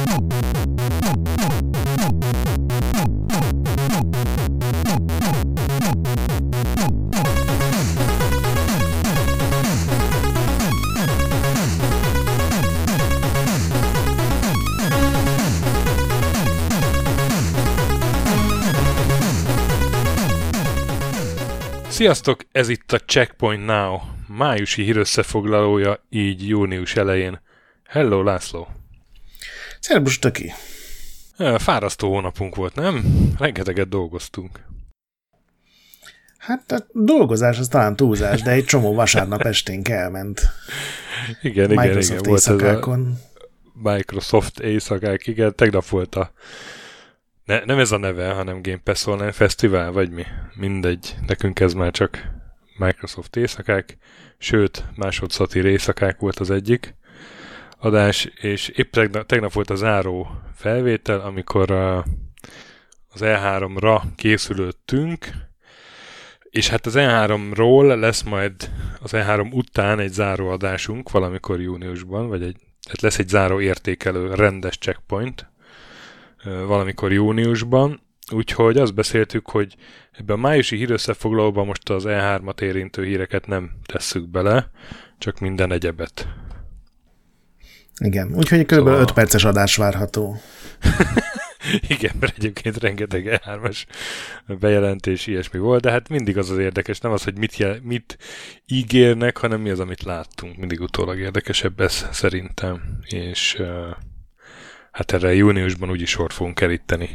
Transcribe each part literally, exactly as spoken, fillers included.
Sziasztok, ez itt a Checkpoint Now, májusi hírösszefoglalója, így június elején. Hello, László! Szerbus, Töki! Fárasztó hónapunk volt, nem? Rengeteget dolgoztunk. Hát a dolgozás az talán túlzás, de egy csomó vasárnap esténk elment. Igen, igen, Microsoft igen. Volt éjszakákon. Ez a Microsoft éjszakák, igen, tegnap volt a Ne, nem ez a neve, hanem Game Pass Online Fesztivál, vagy mi? Mindegy. Nekünk ez már csak Microsoft éjszakák, sőt, másodszati éjszakák volt az egyik adás, és épp tegnap, tegnap volt a záró felvétel, amikor a, az E háromra készülöttünk, és hát az E háromról lesz majd az E három után egy záró adásunk valamikor júniusban, vagy egy, tehát lesz egy záró értékelő rendes checkpoint, valamikor júniusban, úgyhogy azt beszéltük, hogy ebben a májusi hírösszefoglalóban most az E hármat érintő híreket nem tesszük bele, csak minden egyebet. Igen, úgyhogy kb. Szóval... öt perces adás várható. Igen, mert egyébként rengeteg E hármas bejelentés, ilyesmi volt, de hát mindig az az érdekes, nem az, hogy mit, jel, mit ígérnek, hanem mi az, amit láttunk. Mindig utólag érdekesebb ez szerintem, és... hát erre júniusban úgyis sort fogunk keríteni.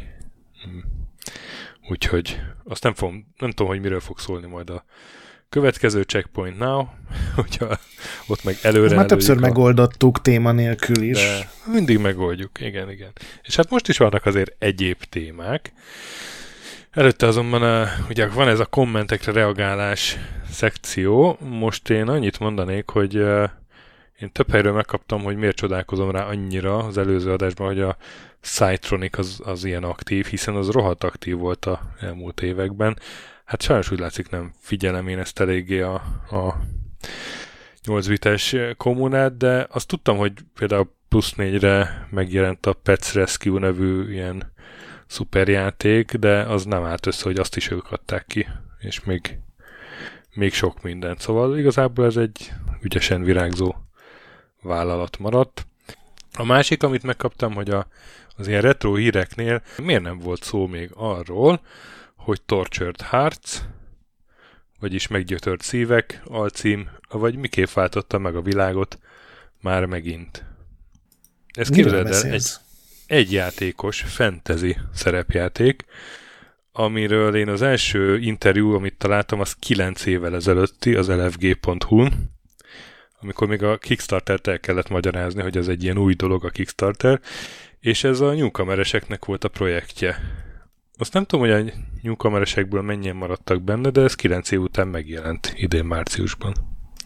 Úgyhogy azt nem, fogom, nem tudom, hogy miről fog szólni majd a következő Checkpoint Now, hogyha ott meg előre már többször a... megoldottuk téma nélkül is. De mindig megoldjuk, igen, igen. És hát most is vannak azért egyéb témák. Előtte azonban ugye van ez a kommentekre reagálás szekció. Most én annyit mondanék, hogy én több helyről megkaptam, hogy miért csodálkozom rá annyira az előző adásban, hogy a Psytronic az, az ilyen aktív, hiszen az rohadt aktív volt az elmúlt években. Hát sajnos úgy látszik, nem figyelem én ezt eléggé a, a nyolc bites kommunát, de azt tudtam, hogy például plusz négyre megjelent a Pets Rescue nevű ilyen szuperjáték, de az nem állt össze, hogy azt is ők adták ki, és még, még sok mindent. Szóval igazából ez egy ügyesen virágzó vállalat maradt. A másik, amit megkaptam, hogy a, az ilyen retro híreknél miért nem volt szó még arról, hogy Tortured Hearts, vagyis Meggyötört szívek alcím, vagy miképp váltotta meg a világot már megint. Ez képzeld el, egy, egy játékos fantasy szerepjáték, amiről én az első interjú, amit találtam, az kilenc évvel ezelőtti, az el ef gé pont hu-n, amikor még a Kickstartert el kellett magyarázni, hogy ez egy ilyen új dolog a Kickstarter, és ez a newcomereseknek volt a projektje. Azt nem tudom, hogy a newcomeresekből mennyien maradtak benne, de ez kilenc év után megjelent idén márciusban.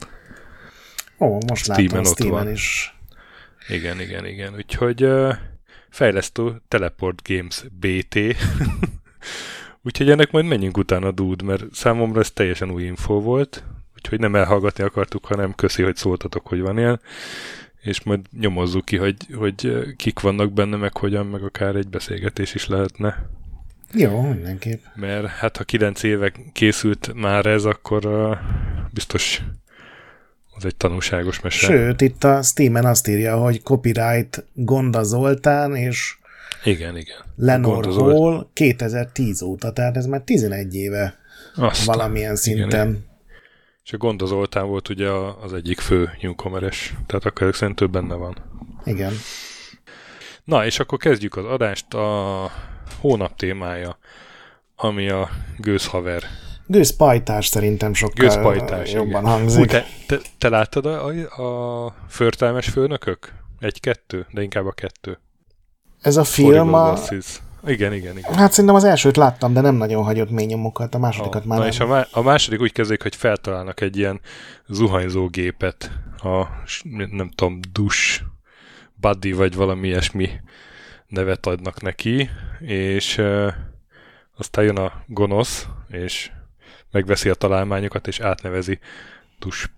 Ó, most Steamen látom Steamen is. Igen, igen, igen. Úgyhogy uh, fejlesztő Teleport Games bé té. Úgyhogy ennek majd menjünk utána, dude, mert számomra ez teljesen új info volt. Úgyhogy nem elhallgatni akartuk, hanem köszi, hogy szóltatok, hogy van ilyen, és majd nyomozzuk ki, hogy, hogy kik vannak benne, meg hogyan, meg akár egy beszélgetés is lehetne. Jó, mindenképp. Mert hát ha kilenc éve készült már ez, akkor uh, biztos az egy tanulságos mese. Sőt, itt a Steamen azt írja, hogy copyright Gonda Zoltán és igen, igen. Lenore Hall kétezer-tíz óta, tehát ez már tizenegy éve Aztán, valamilyen szinten. Igen. És a Gonda Zoltán volt ugye az egyik fő newcomeres, tehát akkor ezek szerint több benne van. Igen. Na, és akkor kezdjük az adást. A hónap témája, ami a gőzhaver. Gőzpajtás szerintem sokkal Gőzpajtás, jobban igen. hangzik. Hú, te, te, te láttad a, a, a förtelmes főnökök? Egy-kettő, de inkább a kettő. Ez a film a... Igen, igen, igen. Hát szerintem az elsőt láttam, de nem nagyon hagyott mély nyomokat, a másodikat a, már na nem. És a, má, a második úgy kezdődik, hogy feltalálnak egy ilyen zuhanyzó gépet, a nem tudom, dus buddy, vagy valami ilyesmi nevet adnak neki, és e, aztán jön a gonosz, és megveszi a találmányokat, és átnevezi dus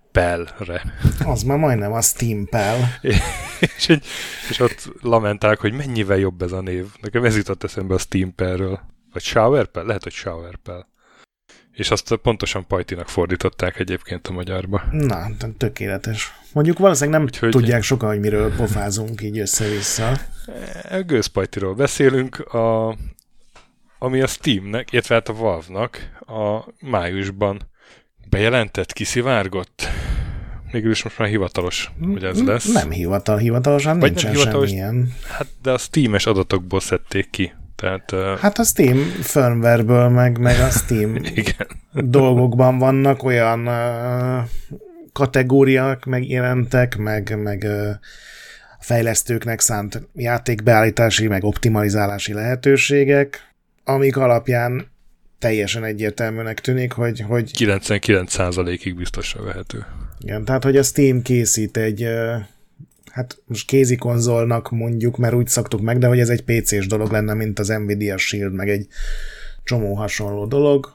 Pal-re. Az már majdnem a Steam Pal. és, egy, és ott lamentálják, hogy mennyivel jobb ez a név. Nekem ez jutott eszembe a Steam Pal-ről. Vagy Shower Pal? Lehet, hogy Shower Pal. És azt pontosan Pajtinak fordították egyébként a magyarba. Na, tökéletes. Mondjuk valószínűleg nem Úgyhogy... tudják sokan, hogy miről pofázunk így össze-vissza. Gőzpajtiról beszélünk, a, ami a Steamnek, illetve hát a Valve-nak a májusban bejelentett, kiszivárgott. Mégis most már hivatalos, hogy ez lesz. Nem hivatal, hivatalosan Vagy nincsen hivatalos, semmilyen. Hát de a Steam-es adatokból szedték ki. Tehát, uh... Hát a Steam firmwareből, meg, meg a Steam Igen. dolgokban vannak olyan uh, kategóriák megjelentek, meg, meg uh, fejlesztőknek szánt játékbeállítási, meg optimalizálási lehetőségek, amik alapján teljesen egyértelműnek tűnik, hogy... hogy kilencvenkilenc százalékig biztosra vehető. Igen, tehát, hogy a Steam készít egy... Uh, hát most kézi konzolnak mondjuk, mert úgy szoktuk meg, de hogy ez egy pé cés dolog lenne, mint az Nvidia Shield, meg egy csomó hasonló dolog.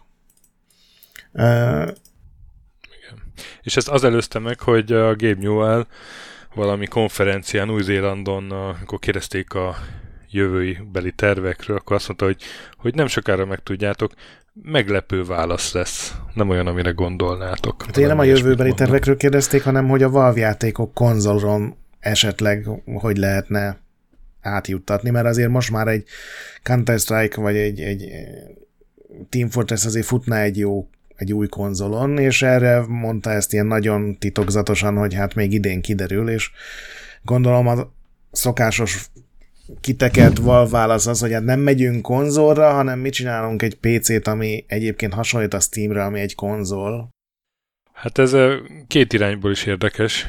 Uh, Igen. És ezt az előzte meg, hogy a Gabe Newell valami konferencián Új-Zélandon, amikor kérdezték a jövői beli tervekről, akkor azt mondta, hogy, hogy nem sokára megtudjátok, meglepő válasz lesz. Nem olyan, amire gondolnátok. Hát én nem a jövőbeli tervekről kérdezték, hanem hogy a Valve játékok konzolon esetleg hogy lehetne átjuttatni, mert azért most már egy Counter-Strike vagy egy, egy Team Fortress azért futna egy jó, egy új konzolon, és erre mondta ezt ilyen nagyon titokzatosan, hogy hát még idén kiderül, és gondolom a szokásos kitekert Valve válasz az, hogy hát nem megyünk konzolra, hanem mi csinálunk egy pé cét, ami egyébként hasonlít a Steamre, ami egy konzol. Hát ez két irányból is érdekes,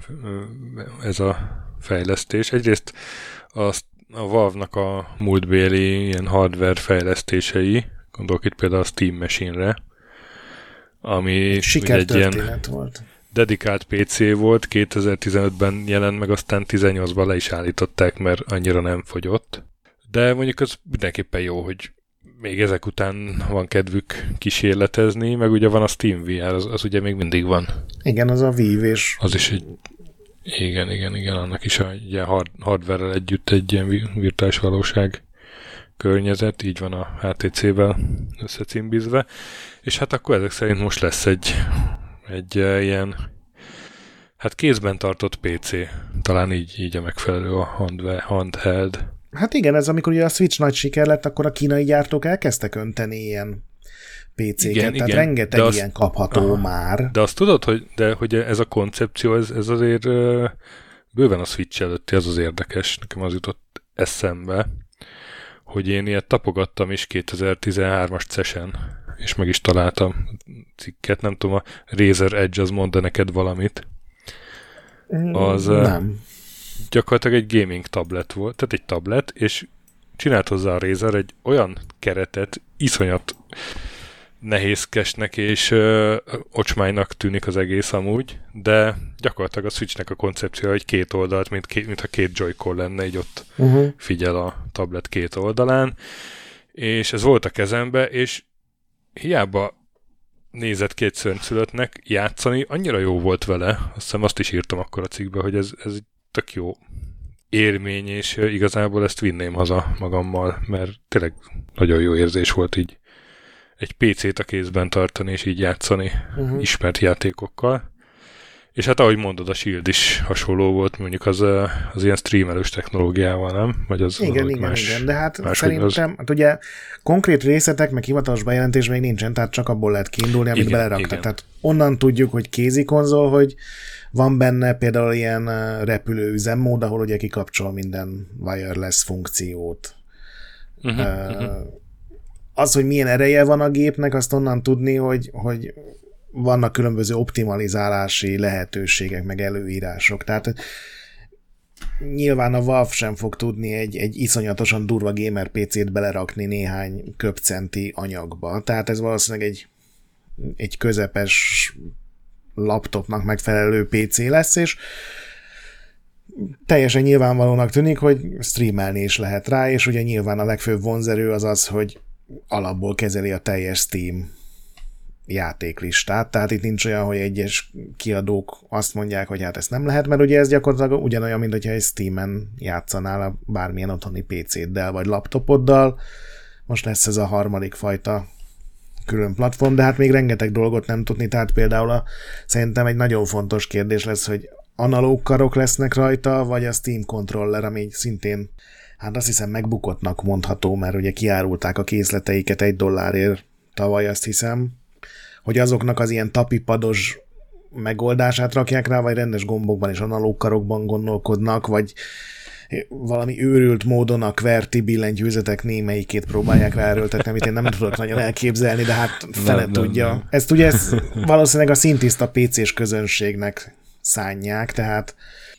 ez a fejlesztés. Egyrészt a, a Valve-nak a múltbéli ilyen hardware fejlesztései, gondolok itt például a Steam Machine-re, ami egy ilyen volt. dedikált pé cé volt, kétezer-tizenötben jelent meg, aztán tizennyolcban le is állították, mert annyira nem fogyott. De mondjuk az mindenképpen jó, hogy még ezek után van kedvük kísérletezni, meg ugye van a Steam vé er, az, az ugye még mindig van. Igen, az a Vive és... Az is egy... Igen, igen, igen, annak is egy ilyen hard, hardware-rel együtt egy ilyen virtuális valóság környezet, így van a há té cé-vel összecimbizve. És hát akkor ezek szerint most lesz egy, egy uh, ilyen hát kézben tartott pé cé. Talán így, így a megfelelő a handheld. Hát igen, ez amikor ugye a Switch nagy siker lett, akkor a kínai gyártók elkezdtek önteni ilyen pé céket, igen, tehát igen, rengeteg azt, ilyen kapható aha, már. De azt tudod, hogy, de, hogy ez a koncepció, ez, ez azért uh, bőven a Switch előtti, az az érdekes, nekem az jutott eszembe, hogy én ilyet tapogattam is kétezer-tizenhármas cesen, és meg is találtam cikket, nem tudom, a Razer Edge az mond neked valamit. Az nem. Gyakorlatilag egy gaming tablet volt, tehát egy tablet, és csinált hozzá a Razer egy olyan keretet, iszonyat nehézkesnek és ö, ocsmánynak tűnik az egész amúgy, de gyakorlatilag a Switchnek a koncepció egy két oldalt, mint két, mintha két Joy-Con lenne, így ott uh-huh. figyel a tablet két oldalán, és ez volt a kezembe, és hiába nézett két szörnyszülöttnek játszani, annyira jó volt vele, azt hiszem azt is írtam akkor a cikkbe, hogy ez, ez tök jó élmény, és igazából ezt vinném haza magammal, mert tényleg nagyon jó érzés volt így egy pé cét a kézben tartani, és így játszani uh-huh. ismert játékokkal. És hát ahogy mondod, a Shield is hasonló volt, mondjuk az, az ilyen streamelős technológiával, nem? Vagy az igen, igen, más, igen, de hát szerintem, az... hát ugye konkrét részletek, meg hivatalos bejelentés még nincsen, tehát csak abból lehet kiindulni, amit igen, beleraktak. Igen. Tehát onnan tudjuk, hogy kézi konzol, hogy van benne például ilyen repülő üzemmód, ahol ugye kikapcsol minden wireless funkciót. Uh-huh, uh, uh-huh. Az, hogy milyen ereje van a gépnek, azt onnan tudni, hogy, hogy vannak különböző optimalizálási lehetőségek, meg előírások. Tehát nyilván a Valve sem fog tudni egy, egy iszonyatosan durva gamer pé cét belerakni néhány köbcenti anyagba. Tehát ez valószínűleg egy, egy közepes laptopnak megfelelő pé cé lesz, és teljesen nyilvánvalónak tűnik, hogy streamelni is lehet rá, és ugye nyilván a legfőbb vonzerő az az, hogy alapból kezeli a teljes Steam játéklistát, tehát itt nincs olyan, hogy egyes kiadók azt mondják, hogy hát ezt nem lehet, mert ugye ez gyakorlatilag ugyanolyan, mint hogyha egy Steamen játszanál a bármilyen otthoni pé céddel vagy laptopoddal. Most lesz ez a harmadik fajta külön platform, de hát még rengeteg dolgot nem tudni, tehát például a, szerintem egy nagyon fontos kérdés lesz, hogy analóg karok lesznek rajta, vagy a Steam controller, ami szintén, hát azt hiszem megbukottnak mondható, mert ugye kiárulták a készleteiket egy dollárért tavaly, azt hiszem, hogy azoknak az ilyen tapipados megoldását rakják rá, vagy rendes gombokban és analóg karokban gondolkodnak, vagy valami őrült módon a QWERTY billentyűzetek némelyikét próbálják ráerőltetni, amit én nem tudok nagyon elképzelni, de hát fele nem, tudja. Nem, nem. Ezt ugye ezt valószínűleg a szintiszta pé cés közönségnek szánják, tehát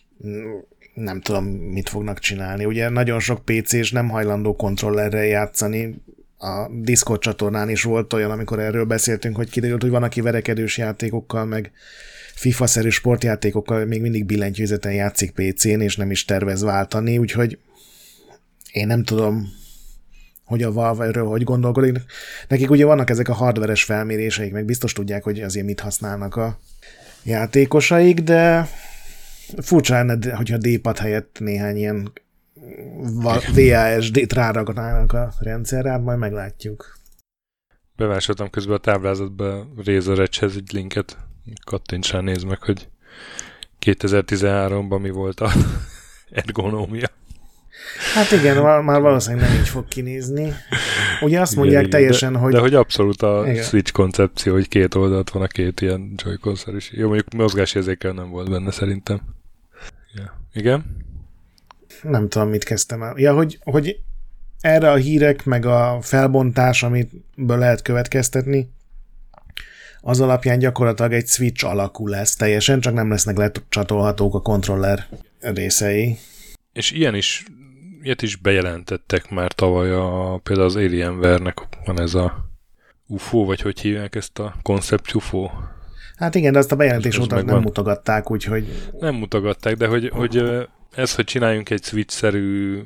nem tudom, mit fognak csinálni. Ugye nagyon sok pé cés nem hajlandó kontrollerrel játszani. A Discord csatornán is volt olyan, amikor erről beszéltünk, hogy kiderült, hogy van, aki verekedős játékokkal, meg FIFA-szerű sportjátékokkal még mindig billentyűzeten játszik pé cén, és nem is tervez váltani, úgyhogy én nem tudom, hogy a Valve erről hogy gondolkodik. Nekik ugye vannak ezek a hardveres felméréseik, meg biztos tudják, hogy azért mit használnak a játékosaik, de furcsa lenne, hogyha D-pad helyett néhány ilyen vé á es dét ráragadnának a rendszerre, hát majd meglátjuk. Bevásoltam közben a táblázatba Razer Edge-hez egy linket. Kattints rá, nézd meg, hogy kétezer-tizenháromban mi volt a ergonómia. Hát igen, már valószínűleg nem így fog kinézni. Ugye azt igen, mondják igen, teljesen, de, hogy... De hogy abszolút a igen. Switch koncepció, hogy két oldalt van a két ilyen Joy-Con-szer is. Jó, mondjuk mozgásérzékel nem volt benne szerintem. Ja. Igen? Nem tudom, mit kezdtem el. Ja, hogy, hogy erre a hírek, meg a felbontás, amiből lehet következtetni, az alapján gyakorlatilag egy Switch alakú lesz teljesen, csak nem lesznek lecsatolhatók a kontroller részei. És ilyen is, ilyet is bejelentettek már tavaly, a, például az Alienware-nek van ez a u f o, vagy hogy hívják ezt a Concept u f o? Hát igen, de azt a bejelentés óta nem mutogatták, úgyhogy... Nem mutogatták, de hogy, hogy ez, hogy csináljunk egy Switch-szerű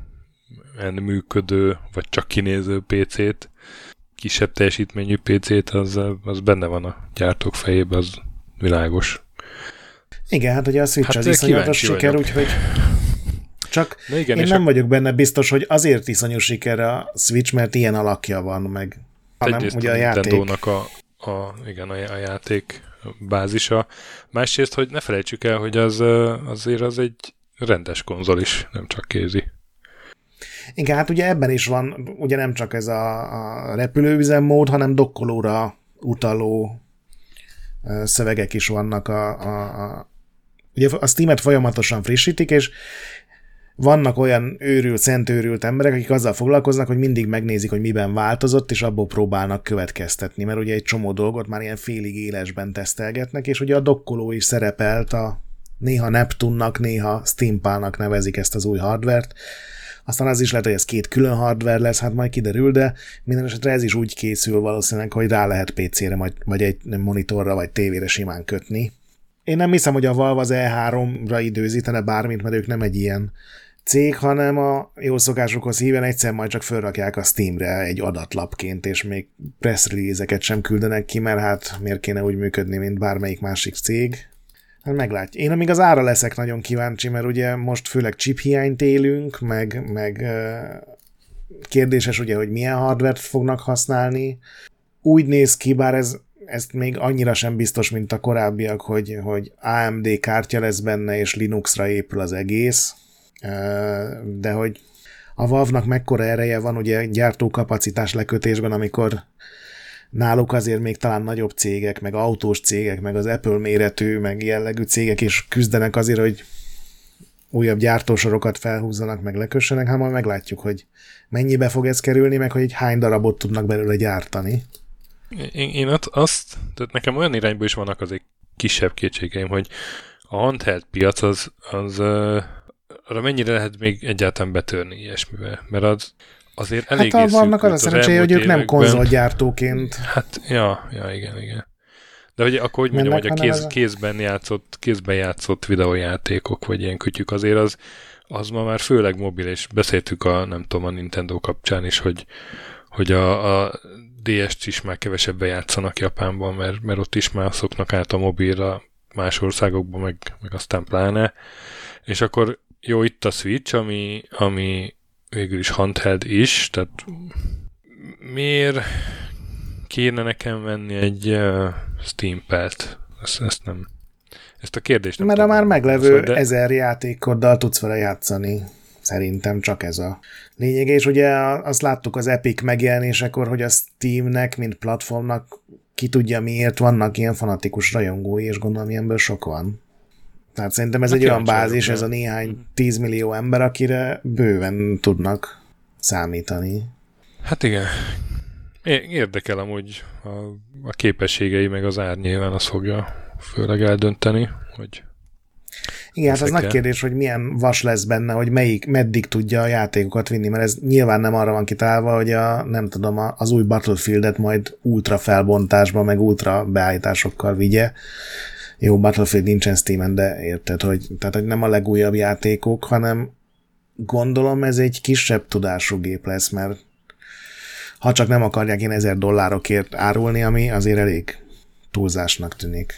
működő, vagy csak kinéző pé cét, kisebb teljesítményű pé cét, az, az benne van a gyártók fejében, az világos. Igen, hát ugye a Switch hát az iszonyatos siker, úgyhogy csak igen, én nem a... vagyok benne biztos, hogy azért iszonyú siker a Switch, mert ilyen alakja van, meg hanem egyrészt ugye a, a játék. Nintendónak a, a, igen, a, a játék bázisa. Másrészt, hogy ne felejtsük el, hogy az azért az egy rendes konzol is, nem csak kézi. Igen, hát ugye ebben is van, ugye nem csak ez a, a repülőüzemmód, hanem dokkolóra utaló szövegek is vannak. A, a, a, ugye a Steam-et folyamatosan frissítik, és vannak olyan őrült, szentőrült emberek, akik azzal foglalkoznak, hogy mindig megnézik, hogy miben változott, és abból próbálnak következtetni, mert ugye egy csomó dolgot már ilyen félig élesben tesztelgetnek, és ugye a dokkoló is szerepelt, a néha Neptunnak, néha Steampalnak nevezik ezt az új hardvert. Aztán az is lehet, hogy ez két külön hardware lesz, hát majd kiderül, de minden esetre ez is úgy készül valószínűleg, hogy rá lehet pé cére, vagy egy monitorra, vagy tévére simán kötni. Én nem hiszem, hogy a Valve az E háromra időzítene bármit, mert ők nem egy ilyen cég, hanem a jó szokásukhoz híven egyszer majd csak felrakják a Steamre egy adatlapként, és még press release-eket sem küldenek ki, mert hát miért kéne úgy működni, mint bármelyik másik cég. Hát meglátjuk. Én amíg az ára leszek nagyon kíváncsi, mert ugye most főleg chip hiányt élünk, meg, meg kérdéses ugye, hogy milyen hardware-t fognak használni. Úgy néz ki, bár ez, ezt még annyira sem biztos, mint a korábbiak, hogy, hogy á em dé kártya lesz benne, és Linuxra épül az egész. De hogy a Valve-nak mekkora ereje van ugye gyártókapacitás lekötésben, amikor náluk azért még talán nagyobb cégek, meg autós cégek, meg az Apple méretű, meg jellegű cégek is küzdenek azért, hogy újabb gyártósorokat felhúzzanak, meg lekössenek, hát majd meglátjuk, hogy mennyibe fog ez kerülni, meg hogy hány darabot tudnak belőle gyártani. Én, én azt, tehát nekem olyan irányból is vannak azért kisebb kétségeim, hogy a handheld piac az, az arra mennyire lehet még egyáltalán betörni ilyesmivel, mert az azért elég hát vannak az a szerencséje, hogy ők nem konzolgyártóként. Hát, ja, ja, igen, igen. De hogy akkor, hogy mondjam, hogy a kéz, kézben játszott, kézben játszott videójátékok, vagy ilyen kütyük, azért az, az ma már főleg mobil, és beszéltük a, nem tudom, a Nintendo kapcsán is, hogy, hogy a, a dé est is már kevesebben játszanak Japánban, mert, mert ott is már szoknak át a mobilra más országokban, meg, meg aztán pláne. És akkor jó, itt a Switch, ami, ami végül is handheld is, tehát miért kéne nekem venni egy uh, Steam-pelt? Ezt, ezt nem... Ezt a kérdést nem Mert a már meglevő de... ezer játékoddal tudsz vele játszani. Szerintem csak ez a lényeg. És ugye azt láttuk az Epic megjelenésekor, hogy a Steamnek, mint platformnak ki tudja miért vannak ilyen fanatikus rajongói, és gondolom ilyenből sok van. Tehát szerintem ez Na, egy olyan bázis, ez a néhány tízmillió ember, akire bőven tudnak számítani. Hát igen. Érdekel amúgy a, a képességei, meg az ár nyilván az fogja főleg eldönteni, hogy... Igen, hát az nagy kérdés, hogy milyen vas lesz benne, hogy melyik, meddig tudja a játékokat vinni, mert ez nyilván nem arra van kitalálva, hogy a, nem tudom, az új Battlefieldet majd ultra felbontásban, meg ultra beállításokkal vigye. Jó, Battlefield nincsen Steamen, de érted, hogy, tehát, hogy nem a legújabb játékok, hanem gondolom ez egy kisebb tudású gép lesz, mert ha csak nem akarják én ezer dollárokért árulni, ami azért elég túlzásnak tűnik.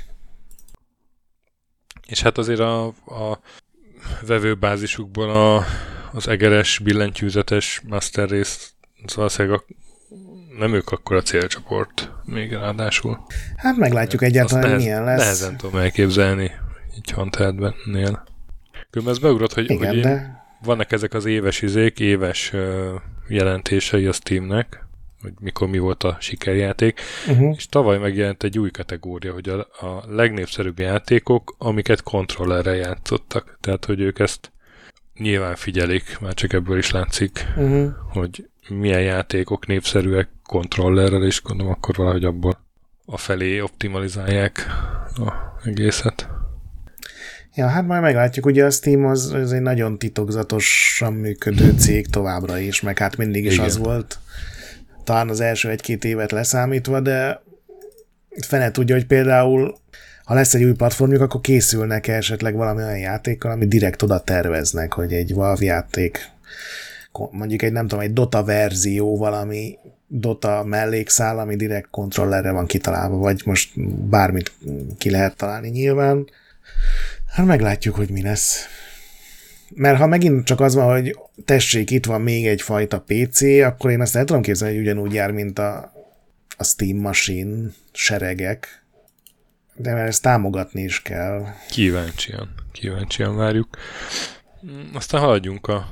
És hát azért a, a vevőbázisukból a, az egeres, billentyűzetes Master Race, valószínűleg nem ők akkor a célcsoport még ráadásul. Hát meglátjuk egyáltalán nehez, milyen lesz. Nehezen tudom elképzelni egy handheldnél. Különben ez beugrott, hogy, Igen, hogy de... vannak ezek az éves izék, éves uh, jelentései a Steamnek, hogy mikor mi volt a sikerjáték, uh-huh. és tavaly megjelent egy új kategória, hogy a, a legnépszerűbb játékok, amiket kontrollerrel játszottak. Tehát, hogy ők ezt nyilván figyelik, már csak ebből is látszik, uh-huh. hogy milyen játékok népszerűek kontrollerrel, és gondolom akkor valahogy abból a felé optimalizálják az egészet. Ja, hát majd meglátjuk, ugye a Steam az, az egy nagyon titokzatosan működő cég továbbra is, meg hát mindig is Igen. az volt, talán az első egy-két évet leszámítva, de fene tudja, hogy például ha lesz egy új platformjuk, akkor készülnek esetleg valami olyan játékkal, ami direkt oda terveznek, hogy egy Valve játék, mondjuk egy nem tudom, egy Dota verzió, valami Dota mellékszál, ami direkt kontrollerre van kitalálva, vagy most bármit ki lehet találni nyilván. Hát meglátjuk, hogy mi lesz. Mert ha megint csak az van, hogy tessék, itt van még egyfajta pé cé, akkor én azt el tudom képzelni, hogy ugyanúgy jár, mint a, a Steam Machine seregek, de mert ezt támogatni is kell. Kíváncsian, kíváncsian várjuk. Aztán haladjunk a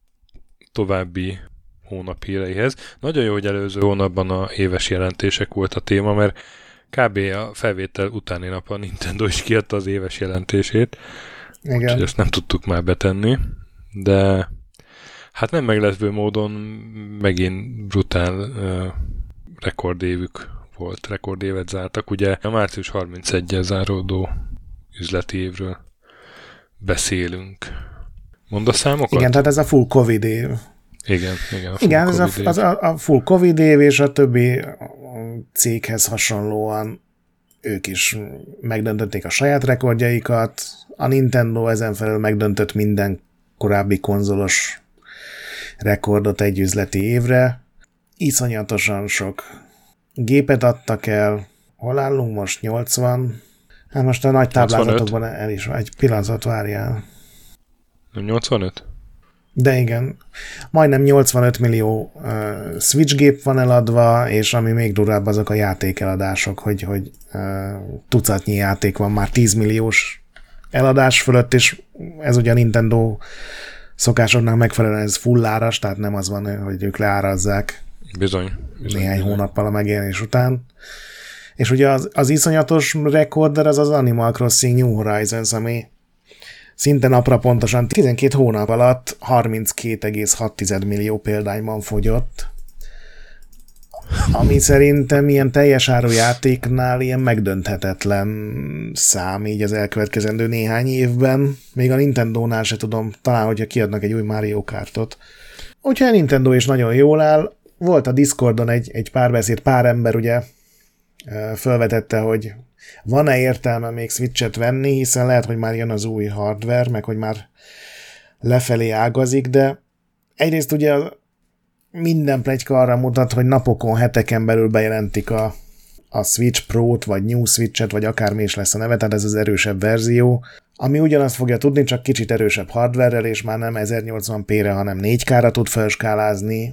további hónap híreihez. Nagyon jó, hogy előző hónapban a éves jelentések volt a téma, mert kb. A felvétel utáni nap a Nintendo is kiadta az éves jelentését. Igen. Úgyhogy ezt nem tudtuk már betenni, de hát nem meglepő módon megint brutál uh, rekordévük volt, rekordévet zártak. Ugye a március harmincegyedikével záródó üzleti évről beszélünk. Mondd a számokat? Igen, tehát ez a full Covid év. Igen, igen. A full igen, COVID ez a, az a, a full Covid év, és a többi céghez hasonlóan ők is megdöntötték a saját rekordjaikat. A Nintendo ezen felül megdöntött minden korábbi konzolos rekordot egy üzleti évre. Iszonyatosan sok gépet adtak el. Hol állunk most? nyolcvan? Hát most a nagy táblázatokban el is egy pillanatot várjál. Nem nyolcvanöt? De igen. Majdnem nyolcvanöt millió uh, Switch gép van eladva, és ami még durvább, azok a játékeladások, hogy, hogy uh, tucatnyi játék van már tíz milliós eladás fölött, és ez ugye a Nintendo szokásoknak megfelelően ez fulláras, tehát nem az van, hogy ők leárazzák bizony, bizony, néhány bizony. hónappal a megjelenés után. És ugye az, az iszonyatos rekorder az az Animal Crossing New Horizons, ami szinte napra pontosan tizenkét hónap alatt harminckét egész hat millió példányban fogyott, ami szerintem ilyen teljes áru játéknál ilyen megdönthetetlen szám így az elkövetkezendő néhány évben. Még a Nintendónál se tudom, talán, hogyha kiadnak egy új Mario Kartot. Úgyhogy a Nintendo is nagyon jól áll. Volt a Discordon egy, egy párbeszéd, pár ember ugye felvetette, hogy van-e értelme még Switch-et venni, hiszen lehet, hogy már jön az új hardware, meg hogy már lefelé ágazik, de egyrészt ugye minden pletyka arra mutat, hogy napokon, heteken belül bejelentik a, a Switch Pro-t, vagy New Switch-et, vagy akármi is lesz a neve, tehát ez az erősebb verzió, ami ugyanazt fogja tudni, csak kicsit erősebb hardware-rel, és már nem ezernyolcvan pé-re, hanem négy ká-ra tud felskálázni,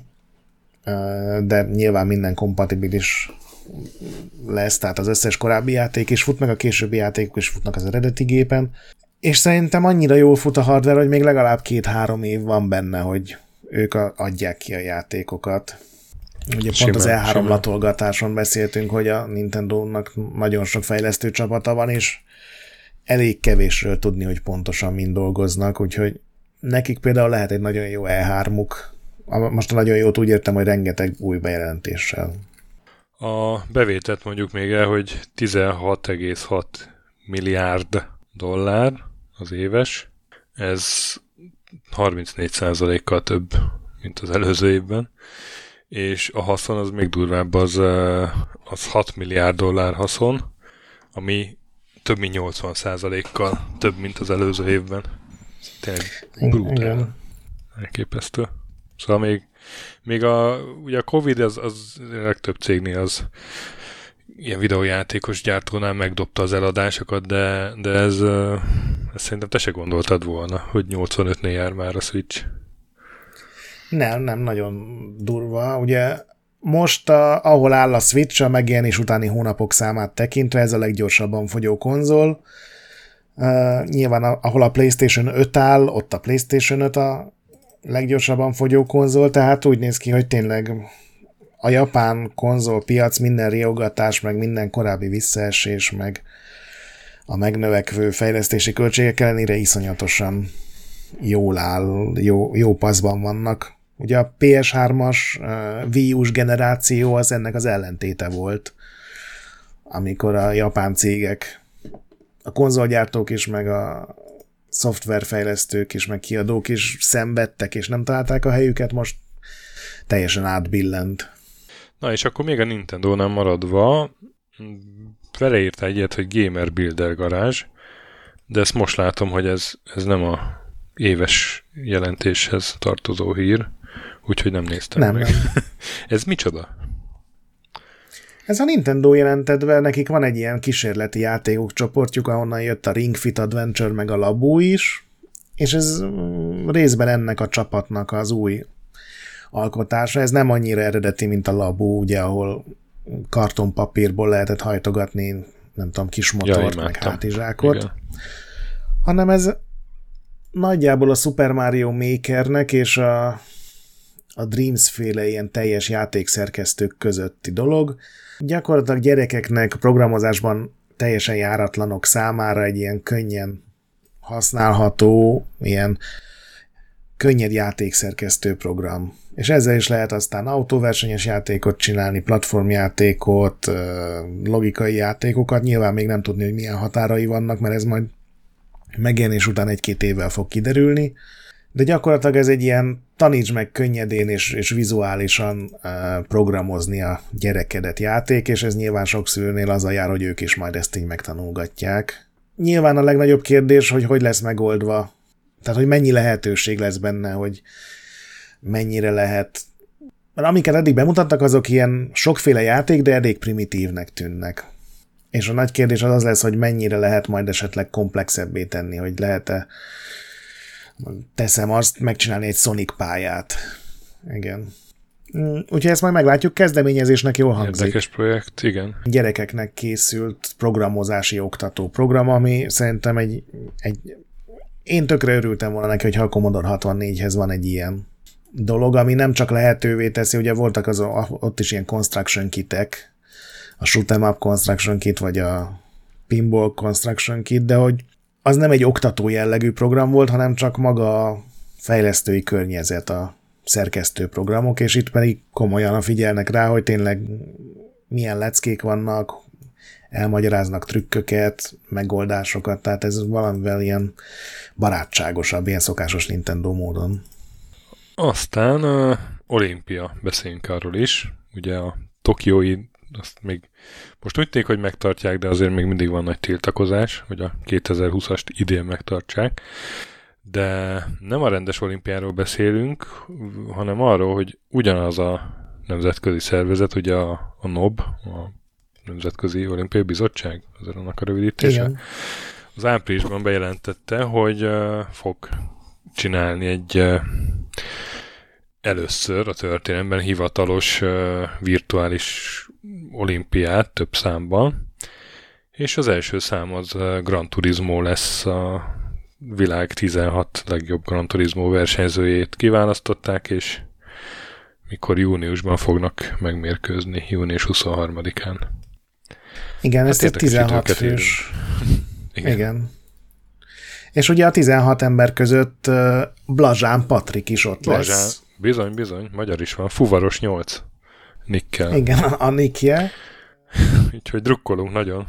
de nyilván minden kompatibilis lesz, tehát az összes korábbi játék is fut, meg a későbbi játékok is futnak az eredeti gépen, és szerintem annyira jól fut a hardware, hogy még legalább két-három év van benne, hogy ők adják ki a játékokat. Ugye simán, pont az E három simán. Latolgatáson beszéltünk, hogy a Nintendónak nagyon sok fejlesztő csapata van, és elég kevésről tudni, hogy pontosan mind dolgoznak, úgyhogy nekik például lehet egy nagyon jó E hármuk. Most a nagyon jót úgy értem, hogy rengeteg új bejelentéssel. A bevételt mondjuk még el, hogy tizenhat egész hat milliárd dollár az éves. Ez harmincnégy százalékkal több, mint az előző évben. És a haszon az még durvább, az, az hat milliárd dollár haszon, ami több mint nyolcvan százalékkal több, mint az előző évben. Tényleg brutál. Elképesztő. Szóval még, még a, ugye a Covid az, az legtöbb cégnél az ilyen videójátékos gyártónál megdobta az eladásokat, de, de ez, ez szerintem te se gondoltad volna, hogy nyolcvanötnél jár már a Switch. Nem, nem, nagyon durva. Ugye most, a, ahol áll a Switch, a megjelenés utáni hónapok számát tekintve, ez a leggyorsabban fogyó konzol. Uh, nyilván a, ahol a PlayStation öt áll, ott a PlayStation öt a leggyorsabban fogyó konzol, tehát úgy néz ki, hogy tényleg a japán konzolpiac minden riogatás, meg minden korábbi visszaesés, meg a megnövekvő fejlesztési költségek ellenére iszonyatosan jól áll, jó, jó paszban vannak. Ugye a pé es hármas uh, Wii U-s generáció az ennek az ellentéte volt, amikor a japán cégek, a konzolgyártók is, meg a szoftverfejlesztők is, meg kiadók is szenvedtek, és nem találták a helyüket, most teljesen átbillent. Na és akkor még a Nintendónál maradva beleírta egy ilyet, hogy Gamer Builder Garage, de ezt most látom, hogy ez, ez nem a éves jelentéshez tartozó hír, úgyhogy nem néztem nem, meg. Nem. Ez micsoda? Ez a Nintendo jelentett be, nekik van egy ilyen kísérleti játékok csoportjuk, ahonnan jött a Ring Fit Adventure, meg a Labo is, és ez részben ennek a csapatnak az új alkotása. Ez nem annyira eredeti, mint a Labo, ugye, ahol kartonpapírból lehetett hajtogatni, nem tudom, kis motort, ja, meg hátizsákot, igen. Hanem ez nagyjából a Super Mario Makernek és a, a Dreams-féle ilyen teljes játékszerkesztők közötti dolog. Gyakorlatilag gyerekeknek programozásban teljesen járatlanok számára egy ilyen könnyen használható, ilyen könnyed játékszerkesztő program. És ezzel is lehet aztán autóversenyes játékot csinálni, platformjátékot, logikai játékokat. Nyilván még nem tudni, hogy milyen határai vannak, mert ez majd megjelenés után egy-két évvel fog kiderülni. De gyakorlatilag ez egy ilyen taníts meg könnyedén és, és vizuálisan uh, programozni a gyerekedet játék, és ez nyilván sok szülőnél az a jár, hogy ők is majd ezt így megtanulgatják. Nyilván a legnagyobb kérdés, hogy hogy lesz megoldva, tehát hogy mennyi lehetőség lesz benne, hogy mennyire lehet. Mert amiket eddig bemutattak, azok ilyen sokféle játék, de elég primitívnek tűnnek. És a nagy kérdés az az lesz, hogy mennyire lehet majd esetleg komplexebbé tenni, hogy lehet-e, teszem azt, megcsinálni egy Sonic pályát. Igen. Úgyhogy ezt majd meglátjuk, kezdeményezésnek jól hangzik. Érdekes projekt, igen. Gyerekeknek készült programozási oktató program, ami szerintem egy, egy én tökre örültem volna neki, hogyha a Commodore hatvannégyhez van egy ilyen dolog, ami nem csak lehetővé teszi, ugye voltak az, ott is ilyen construction kitek, a shoot'em up construction kit, vagy a pinball construction kit, de hogy az nem egy oktató jellegű program volt, hanem csak maga a fejlesztői környezet, a szerkesztő programok, és itt pedig komolyan figyelnek rá, hogy tényleg milyen leckék vannak, elmagyaráznak trükköket, megoldásokat, tehát ez valamivel ilyen barátságosabb, ilyen szokásos Nintendo módon. Aztán uh, Olimpia, beszéljünk arról is, ugye a tokiói, azt még most úgy tűnik, hogy megtartják, de azért még mindig van nagy tiltakozás, hogy a kétezer-húszast idén megtartsák. De nem a rendes olimpiáról beszélünk, hanem arról, hogy ugyanaz a nemzetközi szervezet, ugye a, a NOB, a Nemzetközi Olimpiai Bizottság, az annak a rövidítése, igen. Az áprilisban bejelentette, hogy uh, fog csinálni egy uh, először a történelemben hivatalos uh, virtuális olimpiát több számban, és az első szám az uh, Gran Turismo lesz, a világ tizenhat legjobb Gran Turismo versenyzőjét kiválasztották, és mikor júniusban fognak megmérkőzni, június huszonharmadikán. Igen, hát ez egy tizenhat fős. Igen. Igen. És ugye a tizenhat ember között uh, Blazsán Patrik is ott Blazsán. lesz. Bizony, bizony, magyar is van. Fuvaros nyolc nikkel. Igen, a, a nikje. Úgyhogy drukkolunk nagyon.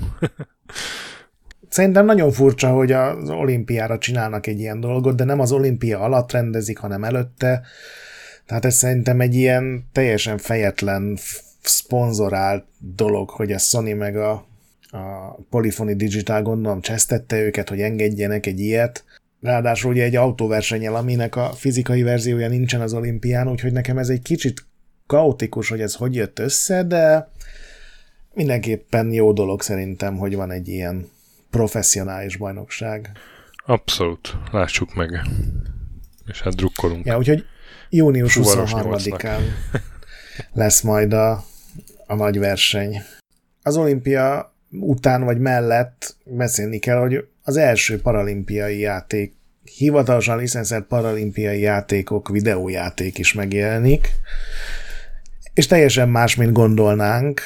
Szerintem nagyon furcsa, hogy az olimpiára csinálnak egy ilyen dolgot, de nem az olimpia alatt rendezik, hanem előtte. Tehát ez szerintem egy ilyen teljesen fejetlen, szponzorált dolog, hogy a Sony meg a, a Polyphony Digital, gondolom, csesztette őket, hogy engedjenek egy ilyet. Ráadásul ugye egy autóversennyel, aminek a fizikai verziója nincsen az olimpián, úgyhogy nekem ez egy kicsit kaotikus, hogy ez hogy jött össze, de mindenképpen jó dolog szerintem, hogy van egy ilyen professzionális bajnokság. Abszolút, lássuk meg. És hát drukkolunk. Ja, úgyhogy június huszonharmadikán lesz majd a, a nagy verseny. Az olimpia után vagy mellett beszélni kell, hogy az első paralimpiai játék, hivatalosan licenszert paralimpiai játékok videójáték is megjelenik, és teljesen más, mint gondolnánk.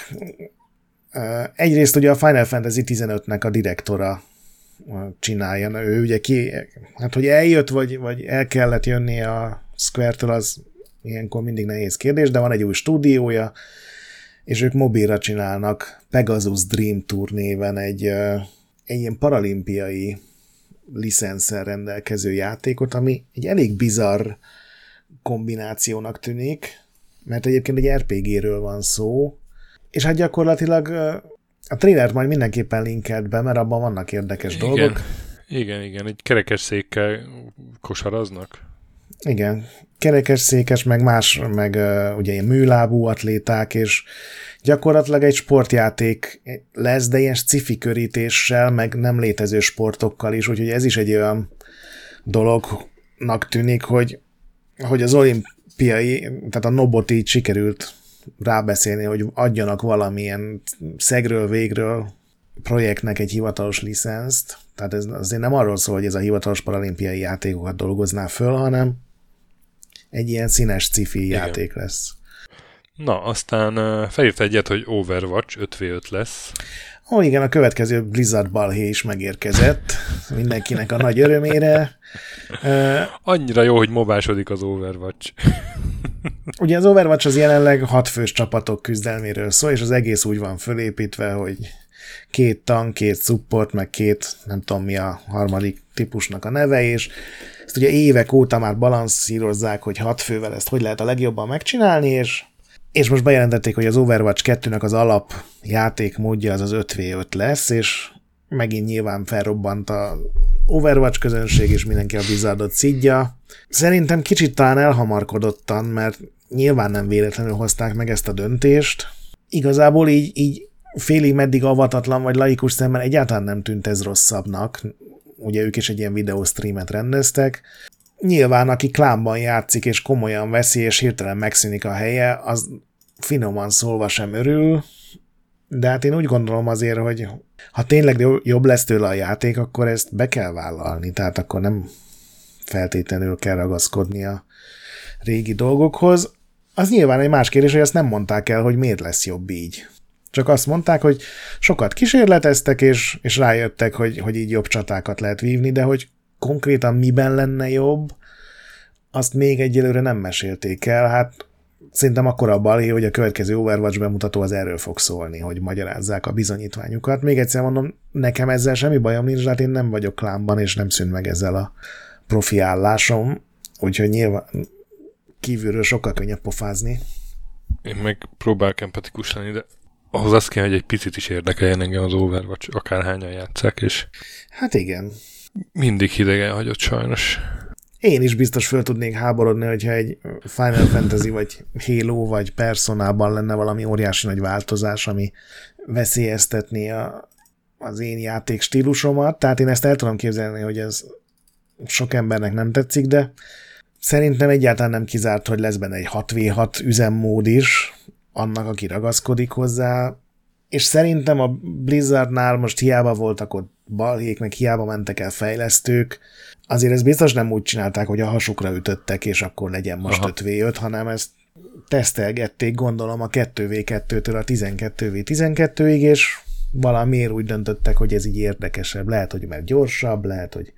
Egyrészt ugye a Final Fantasy tizenötnek a direktora csinálja, ő ugye ki, hát hogy eljött, vagy, vagy el kellett jönni a Square-től, az ilyenkor mindig nehéz kérdés, de van egy új stúdiója, és ők mobilra csinálnak Pegasus Dream Tour néven egy, egy ilyen paralimpiai licenszel rendelkező játékot, ami egy elég bizarr kombinációnak tűnik, mert egyébként egy er pé gé-ről van szó, és hát gyakorlatilag a trailert majd mindenképpen linkelt be, mert abban vannak érdekes igen, dolgok. Igen, igen, egy kerekesszékkel kosaraznak. Igen, kerekesszékes, meg más, meg uh, ugye ilyen műlábú atléták, és gyakorlatilag egy sportjáték lesz, de ilyen sci-fi körítéssel, meg nem létező sportokkal is, úgyhogy ez is egy olyan dolognak tűnik, hogy, hogy az olimpiai, tehát a nobot így sikerült rábeszélni, hogy adjanak valamilyen szegről végről projektnek egy hivatalos licenszt. Tehát ez azért nem arról szól, hogy ez a hivatalos paralimpiai játékokat dolgozná föl, hanem egy ilyen színes sci-fi igen. játék lesz. Na, aztán felírt egyet, hogy Overwatch öt vé öt lesz. Ó, igen, a következő Blizzard balhé is megérkezett. Mindenkinek a nagy örömére. Annyira jó, hogy mobásodik az Overwatch. Ugye az Overwatch az jelenleg hat fős csapatok küzdelméről szól, és az egész úgy van fölépítve, hogy két tank, két support, meg két, nem tudom mi a harmadik típusnak a neve, és ezt ugye évek óta már balanszírozzák, hogy hat fővel ezt hogy lehet a legjobban megcsinálni, és, és most bejelentették, hogy az Overwatch kettőnek az alap játékmódja az az öt vé öt lesz, és megint nyilván felrobbant a Overwatch közönség, és mindenki a Blizzardot szidja. Szerintem kicsit talán elhamarkodottan, mert nyilván nem véletlenül hozták meg ezt a döntést. Igazából így, így félig meddig avatatlan vagy laikus szemmel egyáltalán nem tűnt ez rosszabbnak. Ugye ők is egy ilyen videóstreamet rendeztek. Nyilván, aki klánban játszik és komolyan veszi, és hirtelen megszűnik a helye, az finoman szólva sem örül, de hát én úgy gondolom azért, hogy ha tényleg jobb lesz tőle a játék, akkor ezt be kell vállalni, tehát akkor nem feltétlenül kell ragaszkodni a régi dolgokhoz. Az nyilván egy más kérdés, hogy ezt nem mondták el, hogy miért lesz jobb így. Csak azt mondták, hogy sokat kísérleteztek, és, és rájöttek, hogy, hogy így jobb csatákat lehet vívni, de hogy konkrétan miben lenne jobb, azt még egyelőre nem mesélték el. Hát szerintem akkor a balhé, hogy a következő Overwatch bemutató az erről fog szólni, hogy magyarázzák a bizonyítványukat. Még egyszer mondom, nekem ezzel semmi bajom nincs, de hát én nem vagyok klánban, és nem szűn meg ezzel a profi állásom, úgyhogy nyilván kívülről sokkal könnyebb pofázni. Én meg próbálok empatikus lenni, de ahhoz azt kell, hogy egy picit is érdekeljen engem az Overwatch, akárhányan játsszák, és hát igen. Mindig hidegen hagyott sajnos. én is biztos föl tudnék háborodni, hogyha egy Final Fantasy, vagy Halo, vagy Personában lenne valami óriási nagy változás, ami veszélyeztetné a, az én játék stílusomat. Tehát én ezt el tudom képzelni, hogy ez sok embernek nem tetszik, de szerintem egyáltalán nem kizárt, hogy lesz benne egy hat vé hat üzemmód is, annak, aki ragaszkodik hozzá, és szerintem a Blizzardnál most hiába voltak ott balhék, meg hiába mentek el fejlesztők, azért ezt biztos nem úgy csinálták, hogy a hasukra ütöttek, és akkor legyen most Aha. öt vé öt, hanem ezt tesztelgették, gondolom, a kettő vé kettőtől a tizenkettő vé tizenkettőig, és valamiért úgy döntöttek, hogy ez így érdekesebb. Lehet, hogy mert gyorsabb, lehet, hogy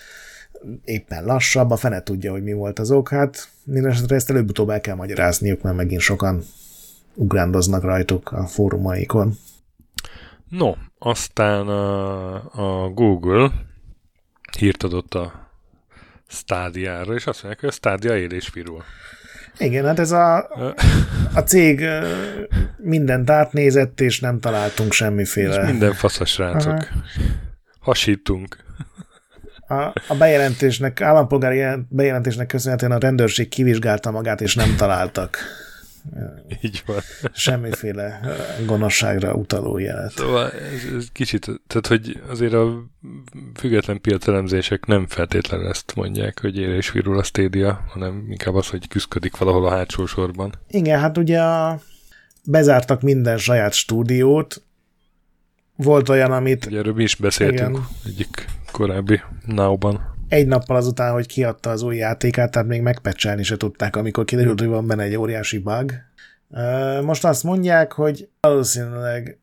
éppen lassabb, a fene tudja, hogy mi volt az ok. Hát mindenesetre ezt előbb-utóbb el kell magyarázniuk, mert megint sokan ugrándoznak rajtuk a fórumaikon. No, aztán a, a Google hírt adott a Stadia-ra, és azt mondják, hogy a Stadia él és virul. Igen, hát ez a, a cég mindent átnézett, és nem találtunk semmiféle... És minden faszas rácok. Aha. Hasítunk. A, a bejelentésnek, állampolgári bejelentésnek köszönhetően a rendőrség kivizsgálta magát, és nem találtak. Így van. Semmiféle gonoszságra utaló jelet. Szóval ez, ez kicsit, tehát hogy azért a független piacelemzések nem feltétlenül ezt mondják, hogy él és virul a Stadia, hanem inkább az, hogy küszködik valahol a hátsó sorban. Igen, hát ugye a, bezártak minden saját stúdiót. Volt olyan, amit... Ugye erről mi is beszéltünk igen. egyik korábbi náuban. Egy nappal azután, hogy kiadta az új játékát, tehát még megpecselni se tudták, amikor kiderült, hogy van benne egy óriási bug. Most azt mondják, hogy valószínűleg